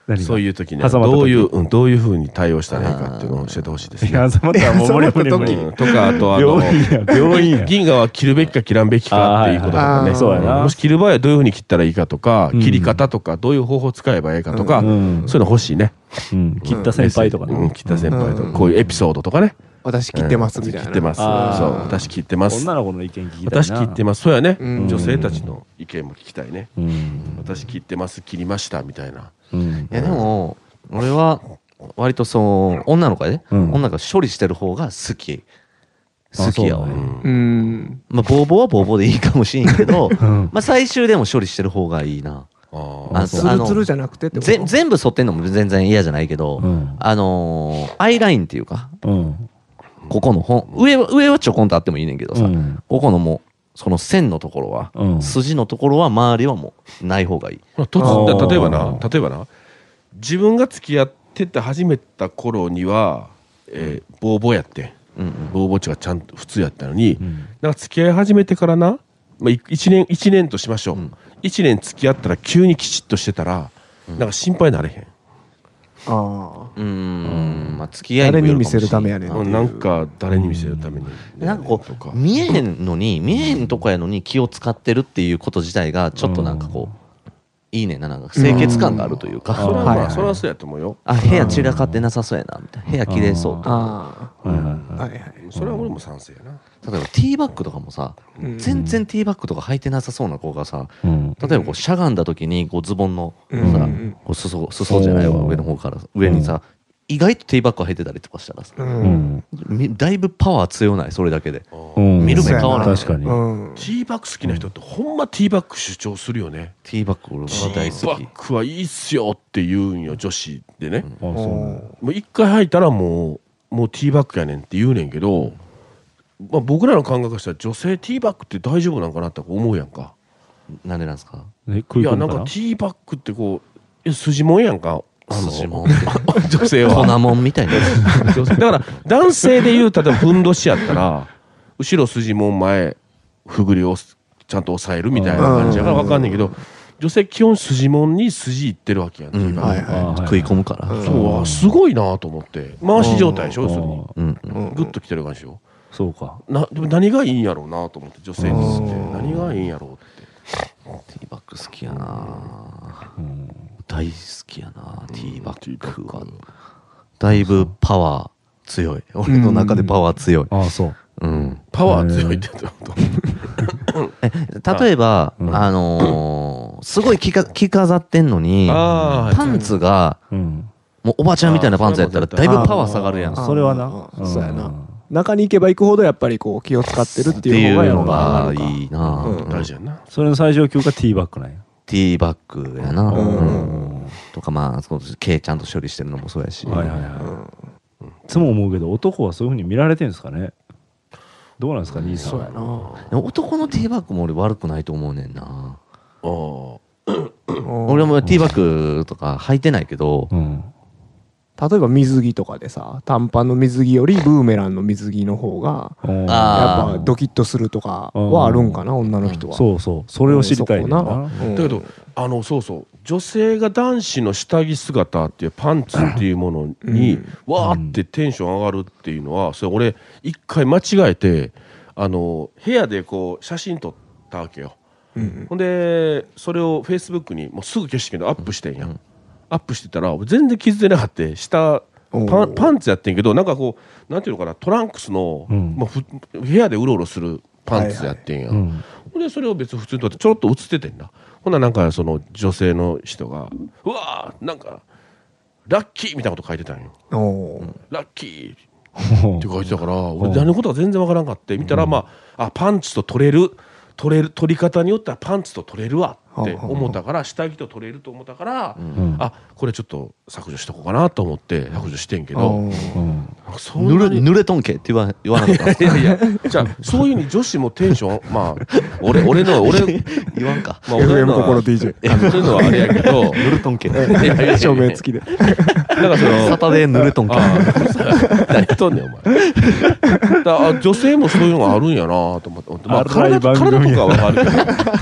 B: 何が
A: そういう時に
B: 挟まった時
A: どういう、うん、どういうふうに対応したらいいかっていうのを教えてほしいですね。
B: いや、挟まったらもう無理無理無理。
A: うんとか、あとあの、
B: 病院や、病院や。
A: 銀河は切るべきか切らんべきかっていうこととかね。
C: あーはいはい
B: そうやな
A: もし切る場合はどういうふうに切ったらいいかとか、
B: うん
A: 切り方とか、どういう方法を使えばいいかとか、
B: うん
A: そういうの欲しいね。
B: うん。切った先輩とか
A: うん、
B: ね。
A: 切った先輩とか、
C: うん
A: こういうエピソードとかね。
C: 私切ってますみたいな。
A: 切ってます。そう、
B: あー
A: 私切ってます。
B: 女の子の意見聞きたいな。
A: 私切ってます。そうやね。
C: うん
A: 女性たちの意見も聞きたいね。
B: うん。
A: 私切ってます、切りました、みたいな。
B: うん。
D: いやでも俺は割とそう女の子やで、
B: うん
D: 女が処理してる方が好き好きやわ、
B: あそうなんや
C: うん。
D: まあボーボーはボーボーでいいかもしれんけど、
B: うん
D: まあ最終でも処理してる方がいいな。
A: あ
D: あ
C: ツルツルじゃなくてってこと
D: ぜ全部剃ってんのも全然嫌じゃないけど、
B: うん
D: あのーアイラインっていうか
B: うん。
D: ここのほん上は上はちょこんとあってもいいねんけどさ、
B: うん
D: ここのもうその線のところは、
B: うん
D: 筋のところは周りはもうない方がいい。
A: あ突
B: あー
A: 例えばな、例えばな、自分が付き合ってて始めた頃には、えーボーボーやって、
D: うんうん
A: ボーボー値がちゃんと普通やったのに、
B: うん
A: なんか付き合い始めてからな、まあ、い一年、一年としましょう。
D: うん
A: 一年付き合ったら急にきちっとしてたら、なんか心配なれへん。
C: あ
D: うーんまあ付
C: あ。
D: き合い
C: 誰に見せ
D: もよるかもしれん
C: るためやねんっていう。
A: うんなんか誰に見せるために、
D: なんかこ
A: とか
D: う見えへんのに見えへんとこやのに気を使ってるっていうこと自体がちょっとなんかこういいねんな、なんか清潔感があるというか、
A: それはまあ、
C: はいはい
A: それはそうやと思うよ。
D: あ部屋散らかってなさそうやなみたいな、部屋綺麗そうとか、
C: あ
B: はいはい
C: あ。
B: は
C: はいはい。
A: それは俺も賛成やな。
D: 例えばティーバッグとかもさ、
C: うん
D: 全然ティーバッグとか履いてなさそうな子がさ、
B: い。うん。
D: 例えばこうしゃがんだ時にこうズボンのさ、
C: うん
D: こう裾裾じゃないわ
B: うん
D: 上の方から上にさ、意外とティーバッグ履いてたりとかしたらさ、
C: う。
B: うんん。
D: みだいぶパワー強ないそれだけで。
B: うん
D: 見る目変わらない
B: 確かに。
C: うん
A: テ。ィーバッグ好きな人ってほんまティーバッグ主張するよね。
D: ティーバッグ俺
A: ティ
D: は大
A: ーバ
D: 好き
A: ッ。グはいいっすよって言うんよ、女子でね。
B: あ、そうなんや
A: もう一回履いたらもう、もうティーバッグやねんって言うねんけど、まあ、僕らの感覚からしたら女性ティーバッグって大丈夫なんかなって思うやんか。
D: なんでなんですか？
B: え、食い
A: いや、
B: 込むかな
A: なんかティーバッグってこう、え筋もんやんか。あの
D: 筋もん
A: 女性は。
D: 粉もんみたいな。
A: 女性だから男性で言う、例えばふんどしやったら、後ろ筋もん前、ふぐりをちゃんと押さえるみたいな感じやから分かんないけど、女性基本筋もんに筋いってるわけやん、ティーバッグ
C: はいはい
B: あ
D: 食い込むから。
C: うん
A: そうあすごいなと思って回し状態でしょ、要するに
B: あ
D: うんうん。
A: グッときてる感じでしょ。
B: そうか。
A: なでも何がいいんやろうなと思って、女性につって
C: うん
A: 何がいいんやろうって。
D: ティーバッグ好きやな
B: うん。
D: 大好きやなティーバ
A: ティーバッグ
D: ッグは。だいぶパワー強い。俺の中でパワー強い。
B: あ、そう。
D: うん。
A: パワー強いってどういうこと
D: え例えば、
B: うん
D: あのーすごい着か着飾ってんのに、
A: あー
D: パンツが、
B: うん。
D: もうおばちゃんみたいなパンツやったらだいぶパワー下がるやん。
C: あー
B: それはな。
C: あそうやな中に行けば行くほどやっぱりこう気を使ってるって
D: って
C: いう方がやっ
D: いうのが
C: ぱあるのか
D: いいな、
C: うん
A: 大事やな。
B: それの最上級がティーバッグなんや。
D: ティーバッグやな、
C: うん
D: うんとかまあそう毛ちゃんと処理してるのもそうやし、
B: はいはいはい。いつも思うけど、男はそういうふうに見られてるんですかね。どうなんですか、兄さん。
C: そうやな
D: でも男のティーバッグも俺悪くないと思うねんな。
A: あー
D: 俺もティーバッグとか履いてないけど、
B: うん。
C: 例えば水着とかでさ短パンの水着よりブーメランの水着の方が
B: あ
C: やっ
D: あー
C: ぱドキッとするとかはあるんかな女の人は
B: そうそう。それを知りたいねんな。
C: そこうん
A: だけどあのそうそう女性が男子の下着姿っていうパンツっていうものに、
C: うん
A: わーってテンション上がるっていうのはそれ俺一回間違えてあの部屋でこう写真撮ったわけよ。
C: うん
A: ほんでそれをフェイスブックにもうすぐ消してけどアップしてんや、アップしてたら全然気づいてなかった下パン
C: おー
A: パンツやってんけどなんかこうなんていうのかなトランクスの、
B: うん
A: まあ、ふ部屋でうろうろするパンツやってんや、
B: うん。
A: ほんでそれを別に普通に撮ってちょろっと映っててんな。ほんならなんかその女性の人がうわーなんかラッキーみたいなこと書いてたんよ。
C: おー
A: ラッキーって書いてたから俺何のことか全然わからんかって見たらまああパンツと取れる取れる取り方によってはパンツと取れるわって思ったから下着と取れると思ったから、
B: うん。
A: あこれちょっと削除しとこうかなと思って削除してんけど、
C: おー
B: うん。
A: そんなに
D: 濡れ濡れとんけって言わ言わなかったんですか。
A: いやいやじゃあそういうふうに女子もテンションまあ俺俺の俺
D: 言わんか。
A: まあ俺
C: エフエム
A: のは
C: 心 ディージェー
A: そういうのはあれやけど
D: 濡れとんけ。
A: いやいやいやいや
C: 照明付きで
A: なんかその
D: サタデー濡れとんけ。
A: ああ何やっとんねんお前だあ女性もそういうのがあるんやなと思って、まあ、
B: あらい
A: 体と
B: 番組
A: 体とかはわかるけど、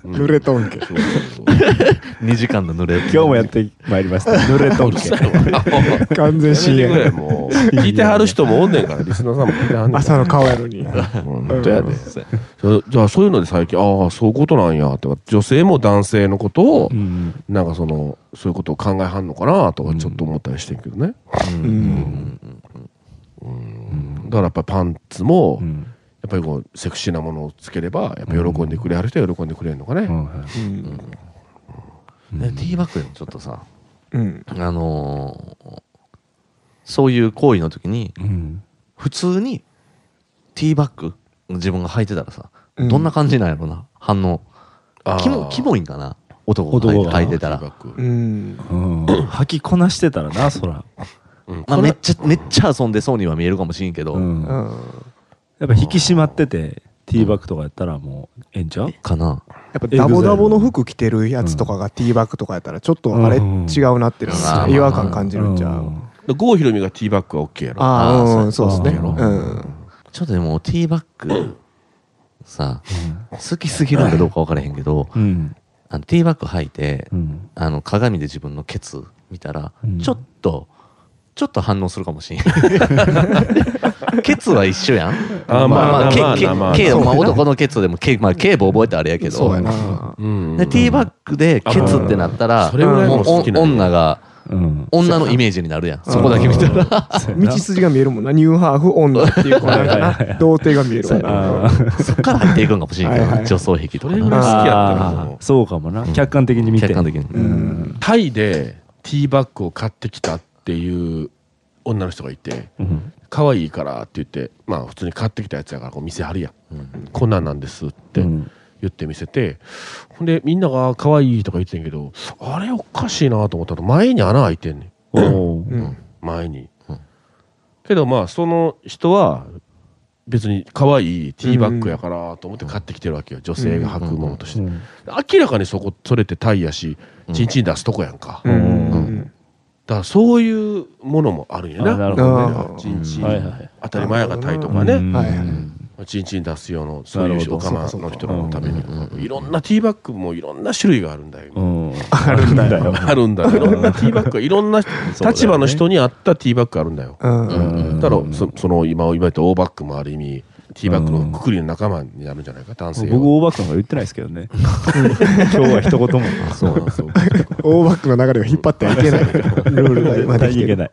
C: 濡れとんけ
A: そうそうそう
D: にじかんの濡れ
B: 今日もやってまいりました濡れとんけ
C: 完全深
A: やめてくれ
C: 夜
A: もう聞いてはる人もおんねんからリスナーさんも聞いてはんねん
C: 朝の顔やのに
A: 本当やでそじゃあそういうので最近ああそういうことなんやとか女性も男性のことを
B: うん
A: なんかそのそういうことを考えはんのかなとかちょっと思ったりしてるけどね
C: うん
A: だからやっぱりパンツも
B: うん
A: やっぱりこうセクシーなものをつければやっぱ喜んでくれはる人は喜んでくれるのかね
B: うん
C: うん
D: ねティーバッグでもちょっとさ
C: うん
D: あのーそういう行為の時に
B: うん
D: 普通にティーバッグ自分が履いてたらさ、
C: うん
D: どんな感じなんやろな反応
A: あー
D: キモキモいんかな男が
B: 男が
D: 履いてたら
A: ティーバッグ
C: うん
B: うん履きこなしてたらなそら
A: うん
D: まあ、めっちゃめっちゃ遊んでそうには見えるかもしれんけど、
B: うん
C: うん
B: やっぱ引き締まっててティーバッグとかやったらもうええんちゃう
D: かな
C: やっぱダボダボの服着てるやつとかがティーバッグとかやったらちょっとあれ
B: うん
C: 違うなってる
D: うん
C: 違和感感じるんちゃう
A: 郷ひろみがティーバッグは OK やろ
C: ああ
D: あー
C: うんそうですね
B: そう
C: うん
D: ちょっとでもティーバッグさ好きすぎるんかどうか分からへんけど
B: うん
D: あのティーバッグ履いて
B: うん
D: あの鏡で自分のケツ見たら、
B: うん
D: ちょっとちょっと反応するかもしれんケツは一緒やん
A: あーまあ
D: ケケ
A: まあまあまあ
D: ケまあ
C: そうやな
D: 男のケツでもケまあケーブ覚えたらあれやけど
C: そうやな
A: うん
D: でティーバッグでケツってなったら
A: それぐらいもう好きなんや
D: お女が
B: うん
D: 女のイメージになるやんそこだけ見たら
C: 道筋が見えるもんなニューハーフ女っていうこうなんかな童貞が見えるわな
B: あー
D: そっから入っていくんかもしれんけど
C: はいはい
D: 女装壁とか
A: それぐらい
D: な
A: 好きやったら
B: あ
A: もう
B: ーそうかもな客観的に見て
D: 客観的に
B: うん
A: タイでティーバッグを買ってきたっていう女の人がいて
B: うん
A: 可愛いからって言ってまあ普通に買ってきたやつやからこう店はるやん
D: うん
A: こんなんなんですって
B: うん
A: 言って見せてほんでみんなが可愛いとか言ってんけどあれおかしいなと思ったら前に穴開いてんねん
B: おー
C: うん
A: 前に、
D: うん
A: けどまあその人は別に可愛いティーバッグやからと思って買ってきてるわけよ女性が履くものとして、
B: うん
A: 明らかにそこそれってタイやしチンチン出すとこやんか、
C: うん
B: うん
A: だからそういうものもあるんやな
B: あなるほどね
C: あー
A: チンチン、
B: はいはい
A: 当たり前やがタイとかね、
B: うん
C: はいはい
A: チンチン出す用のそういう
B: なるほど
A: おかまの人のために
D: うんうん
A: いろんなティーバッグもいろんな種類があるんだよ、
B: うん
C: あるんだよ
A: あるんだよいろんなティーバッグがいろんな立場の人に合ったティーバッグがあるんだよ
C: うん
B: うん
A: だからそその今言われたオーバックもある意味ティーバッグのくくりの仲間になるんじゃないか男性
B: 僕
A: は
B: 大場君が言ってないですけどね今日は一言も
A: そうなんですよ
C: オーバックの流れを引っ張ってはいけないルールが今できてる
B: いけない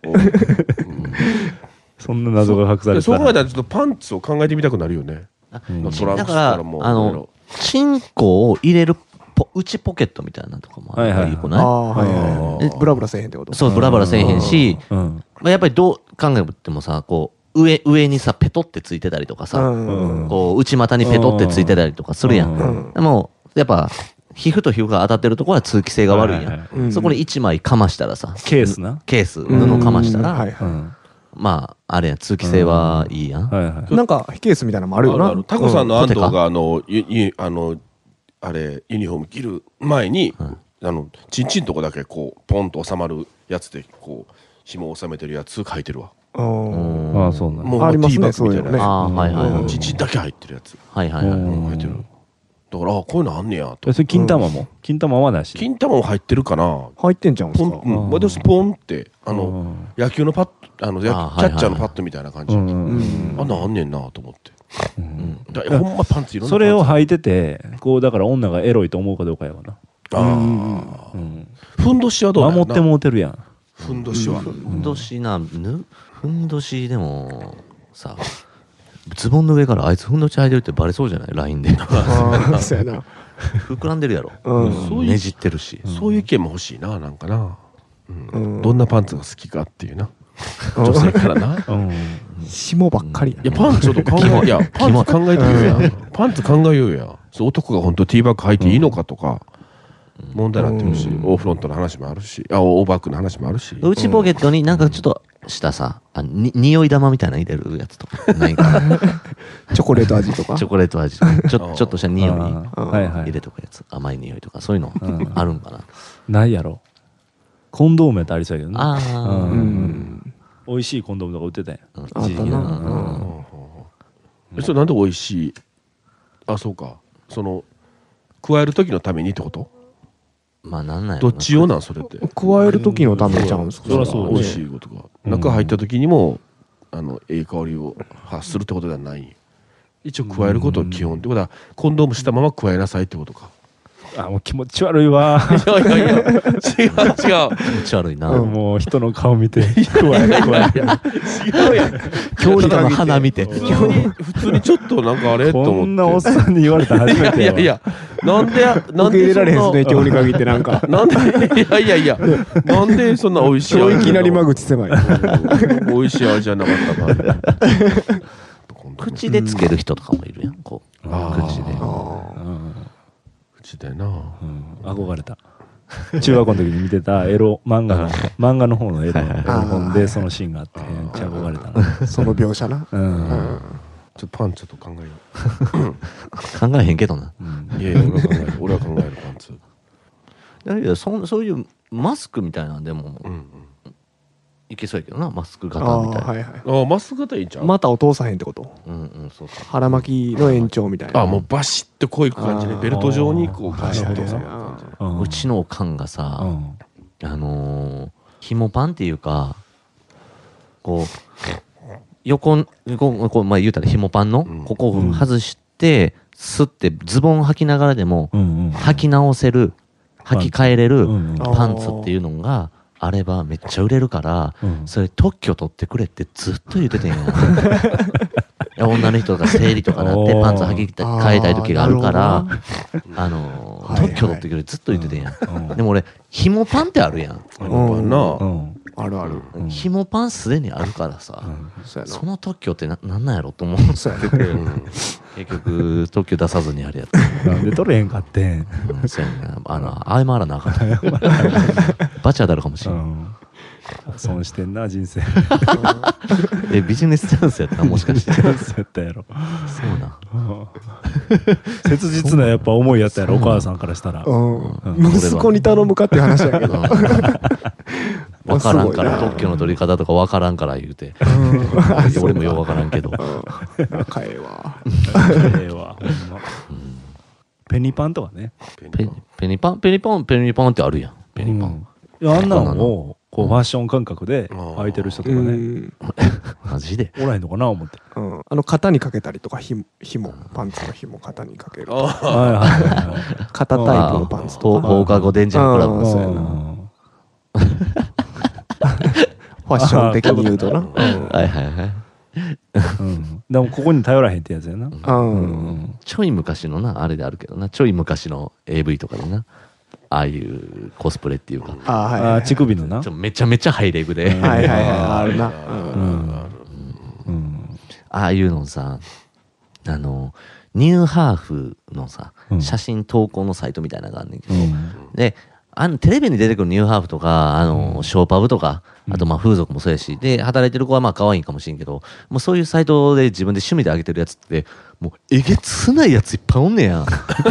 B: そんな謎が隠されてた
A: でそう考えたらちょっとパンツを考えてみたくなるよね
B: うん
A: トランクス
D: だから
A: からも
D: あのチンコを入れるポ内ポケットみたいなのとかもあるからいいくない、
C: ああはいはいはい
B: え
C: ブラブラせえへんってこと
D: そうブラブラせえへんし、
B: うん
D: まあ、やっぱりどう考えてもさこう上上にさペトってついてたりとかさ、
C: うん
D: こう内股にペトってついてたりとかするやん、
B: うん
D: でもやっぱ皮膚と皮膚が当たってるところは通気性が悪いやん、
B: はいはいはい
C: うん
D: そこにいちまいかましたらさ
B: ケースな
D: ケース布かましたら、
C: うんはいは
B: うん
D: まああれやん通気性はいいやん、
B: はいはい
C: いなんかケースみたいなのもあるよな
A: あるあるタコさんの安藤
D: うん
A: があのゆゆあのあれユニフォーム着る前にあのチンチンとこだけこうポンと収まるやつでこう紐を収めてるやつ書いてるわ
C: うん
B: ああそうなんだ
A: もう
C: ありますね
A: ティーバッグみたいなやつ
D: ああはいはいはい、
A: チンチンだけ入ってるやつ
D: はいはいはい、
B: うん
A: 入ってるだからあこういうのあんねやと
B: えそれ金玉も金玉はなし
A: 金玉も入ってるかな
C: 入ってんじゃんす
A: ポ
C: か
A: ンうん私ポンってあの
B: うん
A: 野球のパッあのや
D: あはいはい
A: キャッチャーのパッドみたいな感じ
B: う
A: あ
B: ん
A: んなんあんねんなと思って
B: うん
A: だからほんまパンツいろんな
B: それを
A: パン
B: 履いててこうだから女がエロいと思うかどうかやわな
A: ツあ
B: うん
A: あふんどしはどうなんや
B: 守ってもうてるやん
A: ふんどしは
D: ふんどしなぬふんどしでもさズボンの上からあいつふんどし履いてるってバレそうじゃない ライン で
C: ああそうやな
D: 膨らんでるやろ、
C: うん
A: そういう
D: ねじってるし、
A: そういう意見も欲しいななんかな
C: うん
A: どんなパンツが好きかっていうな女性からな
B: うん
C: 霜ばっかりや
A: いやパンツちょっと考えいやパンツ考えてよやパンツ考えようやそう男が本当ティーバッグ履いていいのかとか問題になってるしオーフロントの話もあるしあオーバックの話もあるし
D: 内ポケットになんかちょっとしたさあに匂い玉みたいなの入れるやつとかないかな
C: チョコレート味とか
D: チョコレート味とかちょちょっとした匂い
B: あーはいはい
D: 入れとくやつ甘い匂いとかそういうの
B: うん
D: あるんかな、
B: ないやろコンドームやったらありそうやけどね
D: ああ、
B: うん
C: うん
B: 美味しいコンドームとか売ってたやん
D: うん
C: あったな
A: えそれなんで美味しいあそうかその加える時のためにってこと？
D: まあなんなんや
A: ど
D: ろな
A: っち用なんそれって。
C: 加える時のためちゃうんですか？
B: そりゃそうね
A: 美味しいことが。中入った時にもあのええ香りを発するってことではない。一応加えることを基本ってことはコンドームしたまま加えなさいってことか。
B: あ、もう気持ち悪いわ。
A: いやいやいや違う違う。
D: 気持ち悪いな、
B: もう人の顔見て加える加える。
A: 違うやん。
D: 今日人の鼻見て
A: 普通に普通にちょっとなんかあれと思って。
B: こんなおっさんに言われたら初めてやわ。
A: いやいやなんでなん
C: 受け入
A: でそん
C: れられへんですね
A: な
C: 今日に限ってなんか
A: なんでいやいやいやなんでそんな美味しい
C: 今日いきなり間
A: 口
C: 口狭い
A: 美味しい味じゃなかった場合
D: 口でつける人とかもいるやんこう
A: あー
D: 口で
B: うん
A: 口でな
B: うん憧れた。中学校の時に見てたエロ漫画の漫画の方のエロエロ本でそのシーンがあってめっちゃ憧れたな。
C: その描写な
B: うん
A: ちょっとパンちょっと考えよ
D: 考えへんけどな。
B: うん
A: ういやいや俺は考える俺は考えるパンツ
D: だけどそそういうマスクみたいなんでも
A: うん
D: いけそうやけどな、マスク
C: あ
D: 型みたいな。
C: ーはいはい
A: うんあまっすぐ型いいんちゃう
C: またを通さへんってこと？
D: うんうんそうか。
C: 腹巻きの延長みたいな。
A: あもうバシッとこういう感じで
C: あー
A: ベルト状にこうバシッと
B: なるほど
A: 収める感じ
B: うん
D: うちのおかんがさ、
B: うん
D: あのー、紐パンっていうか、こう、横、ここうまあ言うたら紐パンの、
A: うん
D: ここを外して、すってズボン履きながらでも、
B: うんうん
D: 履き直せる、履き替えれる
B: うんうん
D: パンツっていうのがあればめっちゃ売れるから、
B: うん
D: それ特許取ってくれってずっと言っててんや。いや女の人が生理とかなって
B: おー
D: パンツ履き替えたい時があるから
C: あーなる
D: あのー
C: はいはい
D: 特許取ってくれってずっと言っててんや、
B: うん
D: でも俺紐パンってあるやん、
A: あのパンな
B: うん
C: あるある。
B: うん
D: 紐パンすでにあるからさ、
B: うん
C: そうやな
D: その特許ってななんなんやろと思って
C: そうやな
D: て結局特許出さずにあれやった
B: なんで取れへんかってん。
D: うんそうやねんあの謝らなあかったバチ当たるかもしれん、
B: うん損してんな人生。
D: えビジネスチャンスやったもしかして
B: そうやったやろ。
D: そうなん
B: 切実なやっぱ思いやったやろお母さんからしたら。
C: うん
B: うん
C: 息子に頼むかっていう話やけど。
D: 分からんから
C: すごいな
D: 特許の取り方とか分からんから言うて
C: うん
D: いや俺もよう分からんけど
C: 仲ええわ。
B: ええわほんま。ペニパンとかね。
D: ペペニパンペニパンペニパンってあるやんペニパン、
B: うんいやあんなんをこうファッション感覚で履いてる人とか
C: う
B: ね
C: ん
D: マジで
B: おらへんのかな思って。
C: うんあの肩にかけたりとかひも紐パンツの紐肩にかける
A: あ
B: はいはいはい
C: 肩タイプのパンツとか
D: 放課後デンジャークラブ
C: うんそうやなファッション的に言うとな。
D: はいはいはい
B: うんでもここに頼らへんってやつやな。
C: うん
D: ちょい昔のなあれであるけどなちょい昔の エーブイ とかでなああいうコスプレっていうか
C: あーはいはい
B: あー乳首のな
D: ちょ。めちゃめちゃハイレグで、
B: うん
C: はいはいはいあるな。
B: う
C: うん
B: んうん
D: ああいうのさあのニューハーフのさ、
B: うん
D: 写真投稿のサイトみたいなのがあんねんけど、
B: うん
D: であのテレビに出てくるニューハーフとかあの、
B: うん
D: ショーパブとかあとまあ風俗もそうやしで働いてる子はまあ可愛いかもしれんけどもうそういうサイトで自分で趣味で上げてるやつってもうえげつないやついっぱいおんねや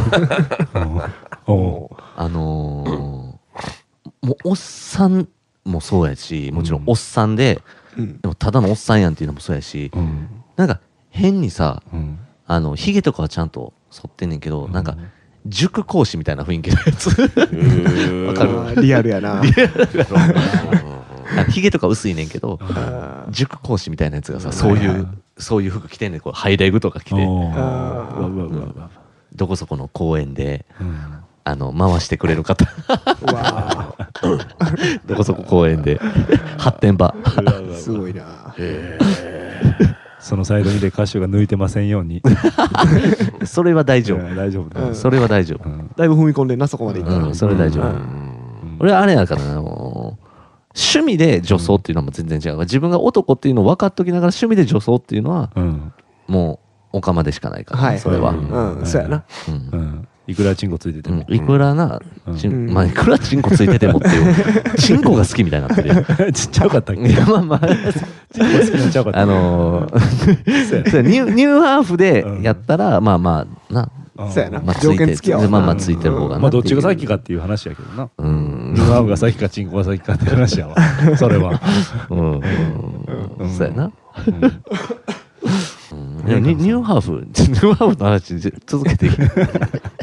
B: おう
D: あのー、もうおっさんもそうやしもちろんおっさんで、
C: うん
D: でもただのおっさんやんっていうのもそうやし、
B: うん
D: なんか変にさ
B: うん
D: あのヒゲとかはちゃんと剃ってんねんけど、なんか塾講師みたいな雰囲気のやつわかる
C: あーリアルやな。
D: あヒゲとか薄いねんけど
C: あー
D: 塾講師みたいなやつがさそういうそういう服着てんねんこうハイレグとか着て
B: おう
C: あー
B: うわうわうわうわ
D: どこそこの公園で
B: うん
D: あの回してくれる方
C: うわ
D: どこそこ公園で発展場
C: ーすごいな。
B: そのサイド見て歌手が抜いてませんように。
D: それは大丈
B: うん大丈夫だ
C: うん
D: それは大丈夫
B: うん
C: だいぶ踏み込んでんなそこまでいったら
D: うん。それ大丈夫、
C: うん
D: 俺あれやからなあの趣味で女装っていうのはもう全然違う、自分が男っていうのを分かっときながら趣味で女装っていうのは
B: うん
D: もうおかまでしかないから、
C: はい。
D: それは、
C: うんそうやな。
D: うん
B: うんいくらチンコついてても。
D: うんいくらな、
B: うん
D: ちん
C: うん
D: まあ、いくらチンコついててもっていうチンコが好きみたいになってるよ
B: ちっちゃかったっけ
D: いやまあまあ
B: チンコ好きなんちゃうかった。
D: あのー
B: そうやね
D: そうニューニューハーフでやったら、まあまあな、
B: うん
C: そうやな
D: まあ、つ
C: 条
D: いて
C: 件付き合わな
D: まあまあついてる方がな
B: まあどっちが
D: ていう
B: 先かっていう話やけどな。
D: うん
B: ニューハーフが先かチンコが先かっていう話やわ。それは。
D: うんうん
B: うん
D: そうやな、
B: うん
D: うんいやニニューハーフニューハーフの話ず続けていい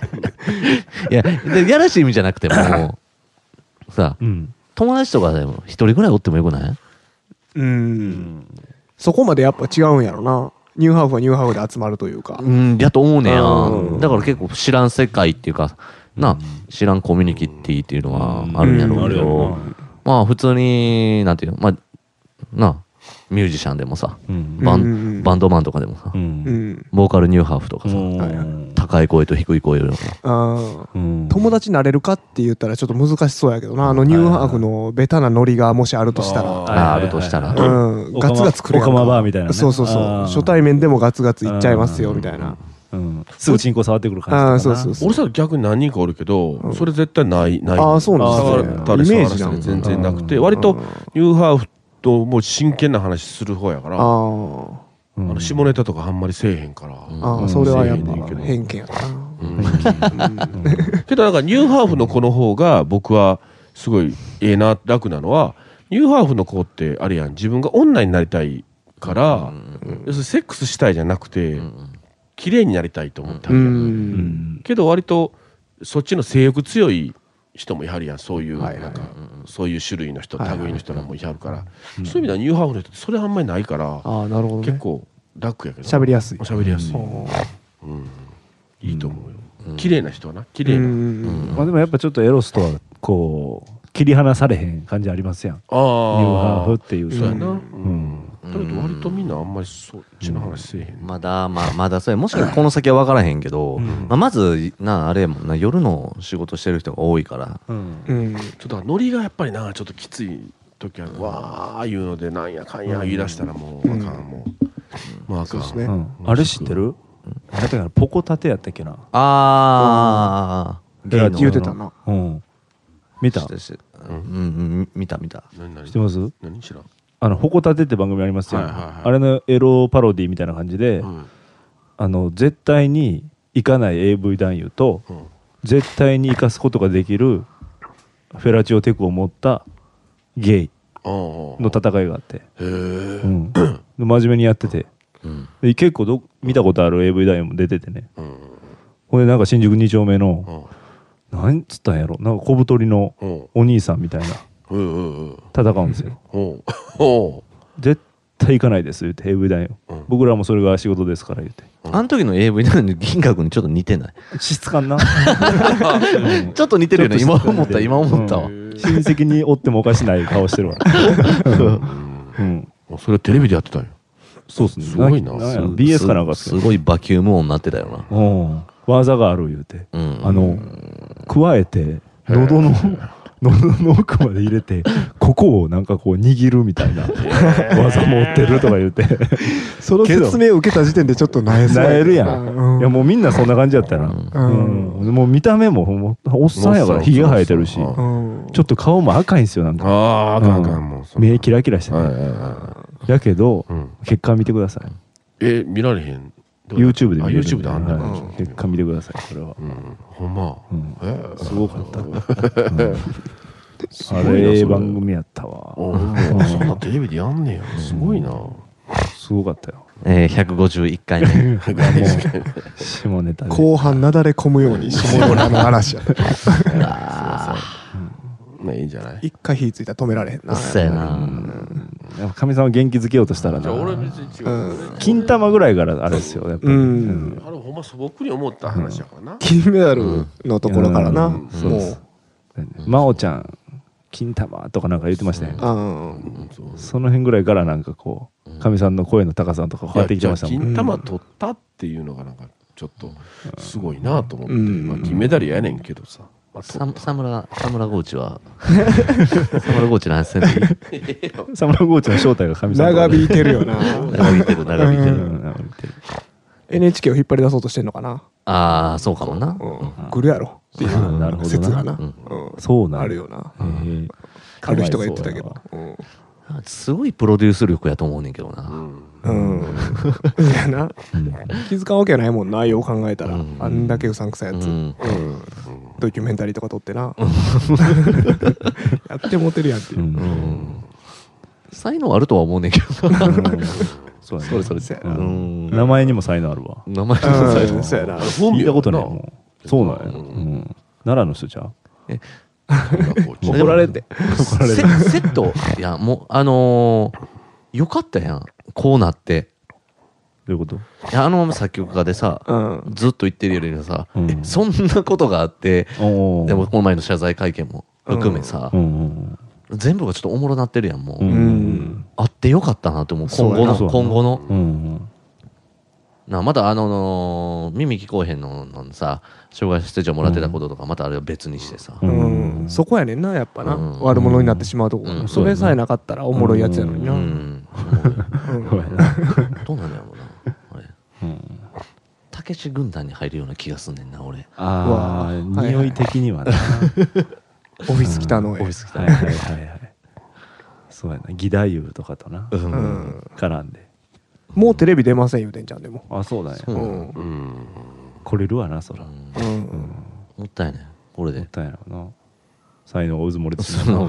D: いやでやらしい意味じゃなくてもさ、
B: うん、
D: 友達とかでも一人ぐらいおってもよくない？
C: うん、そこまでやっぱ違うんやろな。ニューハーフはニューハーフで集まるというか。
D: うん、やと思うねや、
C: うん、
D: だから結構知らん世界っていうかな、うん、知らんコミュニティっていうのはあるんやろうけど、うん、まあ普通になんていうの、まあなミュージシャンでもさ、うん、バン、バンドマンとかでもさ、うん、ボーカルニューハーフとかさ、うん、高い声と低い声とか、
C: あ、うん、友達になれるかって言ったらちょっと難しそうやけどな。あのニューハーフのベタなノリがもしあるとしたら、
D: あ, あるとしたら、
C: うん、ガツガツくるやんか。
B: オカマバーみたいな、ね、
C: そうそうそう。初対面でもガツガツいっちゃいますよみたいな。
B: うん、すぐチンコ触ってくる感じとかな。あ、そうそうそう。
A: 俺さ逆に何人かおるけど、うん、それ絶対ないない。
C: ああ、そうなんですね。イメージなん
A: 全然なくて、割とニューハーフともう真剣な話する方やから、あ、うん、あの下ネタとかあんまりせえへんから、
C: うん、ああ、それはやっぱ偏見やったな。うん、
A: けどなんかニューハーフの子の方が僕はすごいええな、楽なのは、ニューハーフの子ってあれやん、自分が女になりたいから、うん、要するにセックスしたいじゃなくて、うん、綺麗になりたいと思ったりやん、うん、けど割とそっちの性欲強い人もいはるやん、そういうなんか、はいはい、そういう種類の人、類の人らもいはるから、はいはい、そういう意味ではニューハーフの人ってそれあんまりないから、
C: あ、なるほどね、
A: 結構楽やけど
C: 喋りやすい
A: 喋りやすい、うん、うん、いいと思うよ、うん、綺麗な人はな、綺麗な、うん、
B: まあ、でもやっぱちょっとエロスとはこう切り離されへん感じありますやん、あ、ニューハーフっていう。
A: そうやな、うん、だけど割とみんなあんまりそっちの話せえへん、
D: うん、まだまあまだそうや、もしかしたらこの先は分からへんけど、うん、まあ、まずなあれやもんな、夜の仕事してる人が多いから、うん
A: うん、ちょっとノリがやっぱりなちょっときつい時は、うん、わー言うのでなんやかんや言い出したらもうあかん、うん、もう、まああかん、
B: そうですね、うん、あれ知ってる？だからポコタテやったっけな、あ
D: あ、
C: うん、ゲイの言うてたな、
B: うん、見た？
D: うんうん、見た見た。
B: 知ってます？
A: 何知らん。
B: あのホコタテって番組ありますよ、はいはいはい、あれのエロパロディみたいな感じで、うん、あの絶対に行かない エーブイ 男優と、うん、絶対に生かすことができるフェラチオテクを持ったゲイの戦いがあって、へ、うん、真面目にやってて、うん、で結構ど見たことある エーブイ 男優も出ててね、うん、ほんでなんか新宿に丁目の、うん、なんつったんやろ、なんか小太りのお兄さんみたいな、うん、戦うんですよ、うん、絶対行かないです言って エーブイ 男優、うん、僕らもそれが仕事ですから言って、
D: あの時の エーブイ 男優の銀河君にちょっと似てない？
B: 質感な、
D: うん、ちょっと似てるよね、今思った今思ったわ、うん、
B: 親戚におってもおかしない顔してるわ、
A: うんうん、それテレビでやってたよ。
B: そうっすね、
A: すごいな、
B: ビーエス かなんか
D: す, すごいバキューム音になってたよな、うん、
B: 技がある言うて、うん、あの加えて喉の喉の奥まで入れてここをなんかこう握るみたいな技持ってるとか言って
C: その説明を受けた時点でちょっとなえそう
B: なえるやん、うん、いやもうみんなそんな感じやったら、うんうん、もう見た目ももうおっさんやからひげ生えてるし、うん、ちょっと顔も赤いんですよ、なんか、
A: ああ、赤い赤い、もう
B: 目キラキラしてね、はいはいはい、やけど、うん、結果見てください。
A: え、見られへん？
B: YouTube で見れるんで、
A: YouTube であんねん、
B: はい、結果見てください、それは、うん、
A: ほんま、うん、
B: えー、すごかった、うん、あれ番組やったわ。
A: そんなテレビでやんねや、すごいな、
B: すごかったよ。
D: えー、ひゃくごじゅういっかいめ
B: 下ネタで
C: 後半なだれ込むように下ネタの話やった
A: まあいいんじゃない、
C: 一回火ついたら止められへんな、
D: そうやな、
B: かみさんを元気づけようとしたらな、俺別に違う、金玉ぐらいからあれですよ、やっぱり、うん、
A: あれほんま素朴に思った話やからな、
C: 金メダルのところからな、もう
B: 真央ちゃん金玉とかなんか言ってましたね、うん、その辺ぐらいからなんかこうかみさんの声の高さとか変わってきてましたもん。
A: 金玉取ったっていうのがなんかちょっとすごいなと思って、まあ、金メダルやねんけどさ、まあ、
D: サムラサムラゴーチはサムラゴーチの話せんでいい
B: サムラゴーチの正体がかみさん
C: 長引いてるよな
D: 長引いてる長引いてる、うん、
C: エヌエイチケー を引っ張り出そうとしてんのかな。
D: ああ、そうかもな、
C: うん、来るやろっていう説がな、
B: そうな
C: あるよな、ある人が言ってたけど、
D: すごいプロデュース力やと思うねんけどな、
C: うんいやな、気づかんわけないもんな、よう考えたら、あんだけうさんくさいやつ、ドキュメンタリーとか撮ってなやってもてるやんっていう、
D: 才能あるとは思うねんけど
B: そうやね、それそれ、名前にも才能あるわ。
D: 名前にも才能
C: そうやな、
B: 聞いたことないもん。 そうなんや、うん、奈良の人じゃん
D: え
B: 怒られて怒られて
D: セ, セットいやもうあのー、よかったやんこうなって
B: どういうこと？
D: いやあのまま作曲家でさ、うん、ずっと言ってるよりもさ、うん、えそんなことがあってでもこの前の謝罪会見も含めさ、うんうんうん、全部がちょっとおもろなってるやんもう、うん、あってよかったなって思う今後の今後の、うんうん、なまたあのー、耳聞こえへんののさ障害者手帳もらってたこととかまたあれは別にしてさ、
C: うんうん、そこやねんなやっぱな、うん、悪者になってしまうとこ、うん、それさえなかったらおもろいやつやのにな、うんうん
D: うん、どうなんだろうな俺たけし軍団に入るような気がすんねんな俺
B: ああ匂い的にはな
C: オフィス来たの
B: オフィス来たはいはいはいはいそうやな義太夫とかとな、うん、絡んで
C: もうテレビ出ませんよてんちゃんでも
B: あそうだね
C: うん、
B: うん、来れるわなそら、うんうんうん、
D: もったいねこれで
B: もったいないな才能が渦漏れてしまう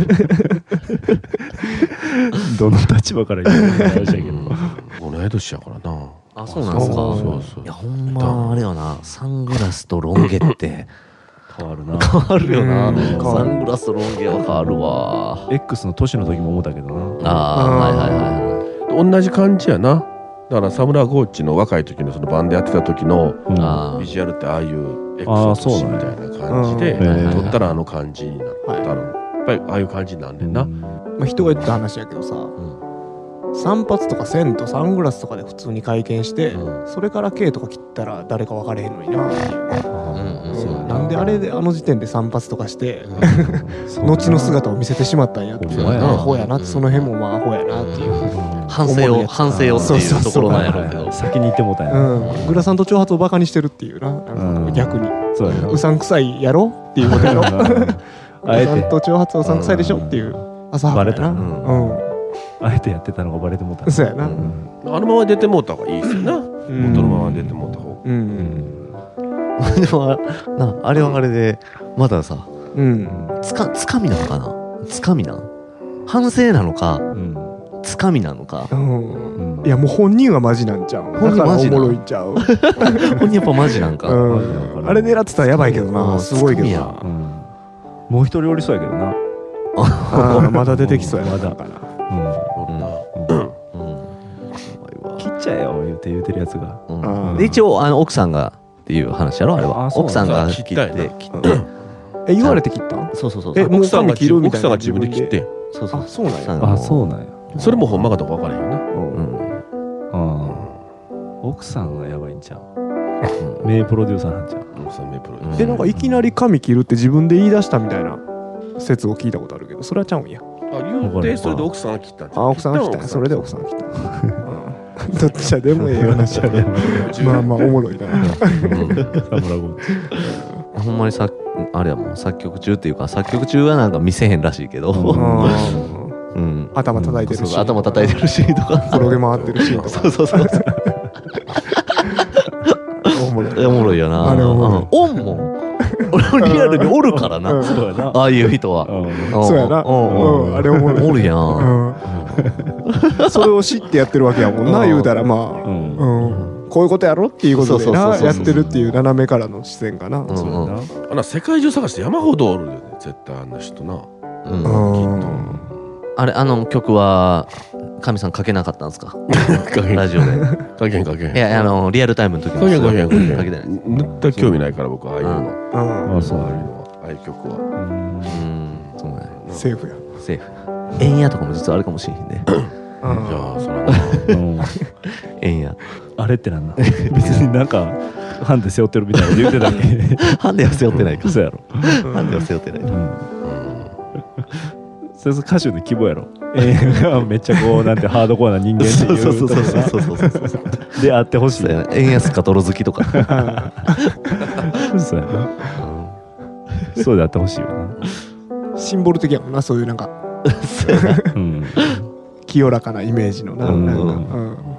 B: どの立場から言うのか話だけど
A: 同い年やからな
D: あそうなんですかそうそういやほんまあれよなサングラスとロン毛って
B: 変わるな
D: 変わるよなサングラスとロン毛は変わるわ
B: X の年の時も思ったけどな
D: ああはいはいはい
A: 同じ感じやなだからサムラゴーチの若い時のそのバンドやってた時のビジュアルってああいう X の年みたいな感じで撮ったらあの感じになったのやっぱりああいう感じになんねんな、うん
C: まあ、人が言った話やけどさ、うん散髪とか線とサングラスとかで普通に会見して、うん、それから毛とか切ったら誰か分かれへんのになっていう、うんうん、なんであれであの時点で散髪とかして、うん、後の姿を見せてしまったんやっていうアホやなってその辺もまあアホやなっていう、うん、
D: 反省を反省をっていうところなんやろうけど
B: 先に言ってもうたんや、
C: うん、グラサンと長髪をバカにしてるっていうな、なんか逆に、うん、そうやなうさんくさいやろっていうことやろグラサンと長髪はうさんくさいでしょっていう浅はかやな、うんうん
B: あえてやってたのがバレてもうた
C: そうやな、うん、
A: あのまま出てもうた方がいいですよな、うん、元のまま出てもうた方が、うん
D: うん、でもなあれはあれでまださ、うん、つかつかみなのかなつかみな反省なのか、うん、つかみなのか、
C: うんうん、いやもう本人はマジなんちゃう本人マジなおもろいんちゃう
D: 本人やっぱマジなんか、う
C: ん、あれ狙ってたらやばいけどなすごいけどな、うん、
B: もう一人おりそうやけどな
C: あまだ出てきそうやまだからうん
B: うん、切っちゃえよ言うて言うてるやつが、
D: うん、で一応あの奥さんがっていう話やろあれは奥さんが切って切って
C: え言われて切ったん
D: そうそうそう
A: え奥さんが切るみたいな奥さんが自分で切って
D: そうそう
C: あそうなんや
B: あそうなんや
A: それもほんまかどうか分からへんよな
B: うん奥さんがやばいんちゃう名プロデューサーなんちゃう
A: 奥さん名プロデューサ
C: ーえなんかいきなり髪切るって自分で言い出したみたいな説を聞いたことあるけどそれはちゃうんや
A: あ言うてそれで奥さんが切ったん
C: あ奥さんが切ったんそれで奥さんが切ったどっちゃでもええ話やでまあまあおもろいな
D: ほんまにさあれやもん作曲中っていうか作曲中はなんか見せへんらしいけど、
C: うん、頭叩いてる
D: し頭叩いてるシーンとか
C: 転げ回ってるシーンとか
D: そうそうそうおもろいおもろいよなあれおもろいオンも俺リアルにおるからな、うん、ああいう人は、
C: うん、そうやな、うんうん、あれおもろい
D: おるやん、
C: うん、それを知ってやってるわけやもんな言うたらまあ、うんうん、こういうことやろっていうことでなやってるっていう斜めからの視線かな、うんうん、
A: あんな世界中探して山ほどおるよね絶対あんな人な、うん、きっと
D: あれあの曲は神さん書けなかったんですかラジオで
A: 書けん書けん
D: いやあのリアルタイムの時
A: に書けん書けん書けん
D: 書けてない
A: 絶対興味ないから僕はああいうの
B: ああそうああいう
A: のはああいう曲は
D: うんそうね
C: セーフや
D: セーフ円やとかも実はあるかもしれへんね
A: じゃあそらな
D: 円や
B: あれってなんだ別になんかハンデ背負ってるみたいな言ってたっけ
D: ハンデは背負ってないか
B: そうやろ
D: ハンデは背負ってない
B: それ歌手の規模やろえー、めっちゃこうなんてハードコアな人間っていう
D: そうそうそうそうそうそうそう
B: であってほしい
D: 円安か泥好きとか
B: そうやな、うん、そうであってほしいよな
C: シンボル的やもんなそういうなんか、うん、清らかなイメージのな、うん、なんか、うん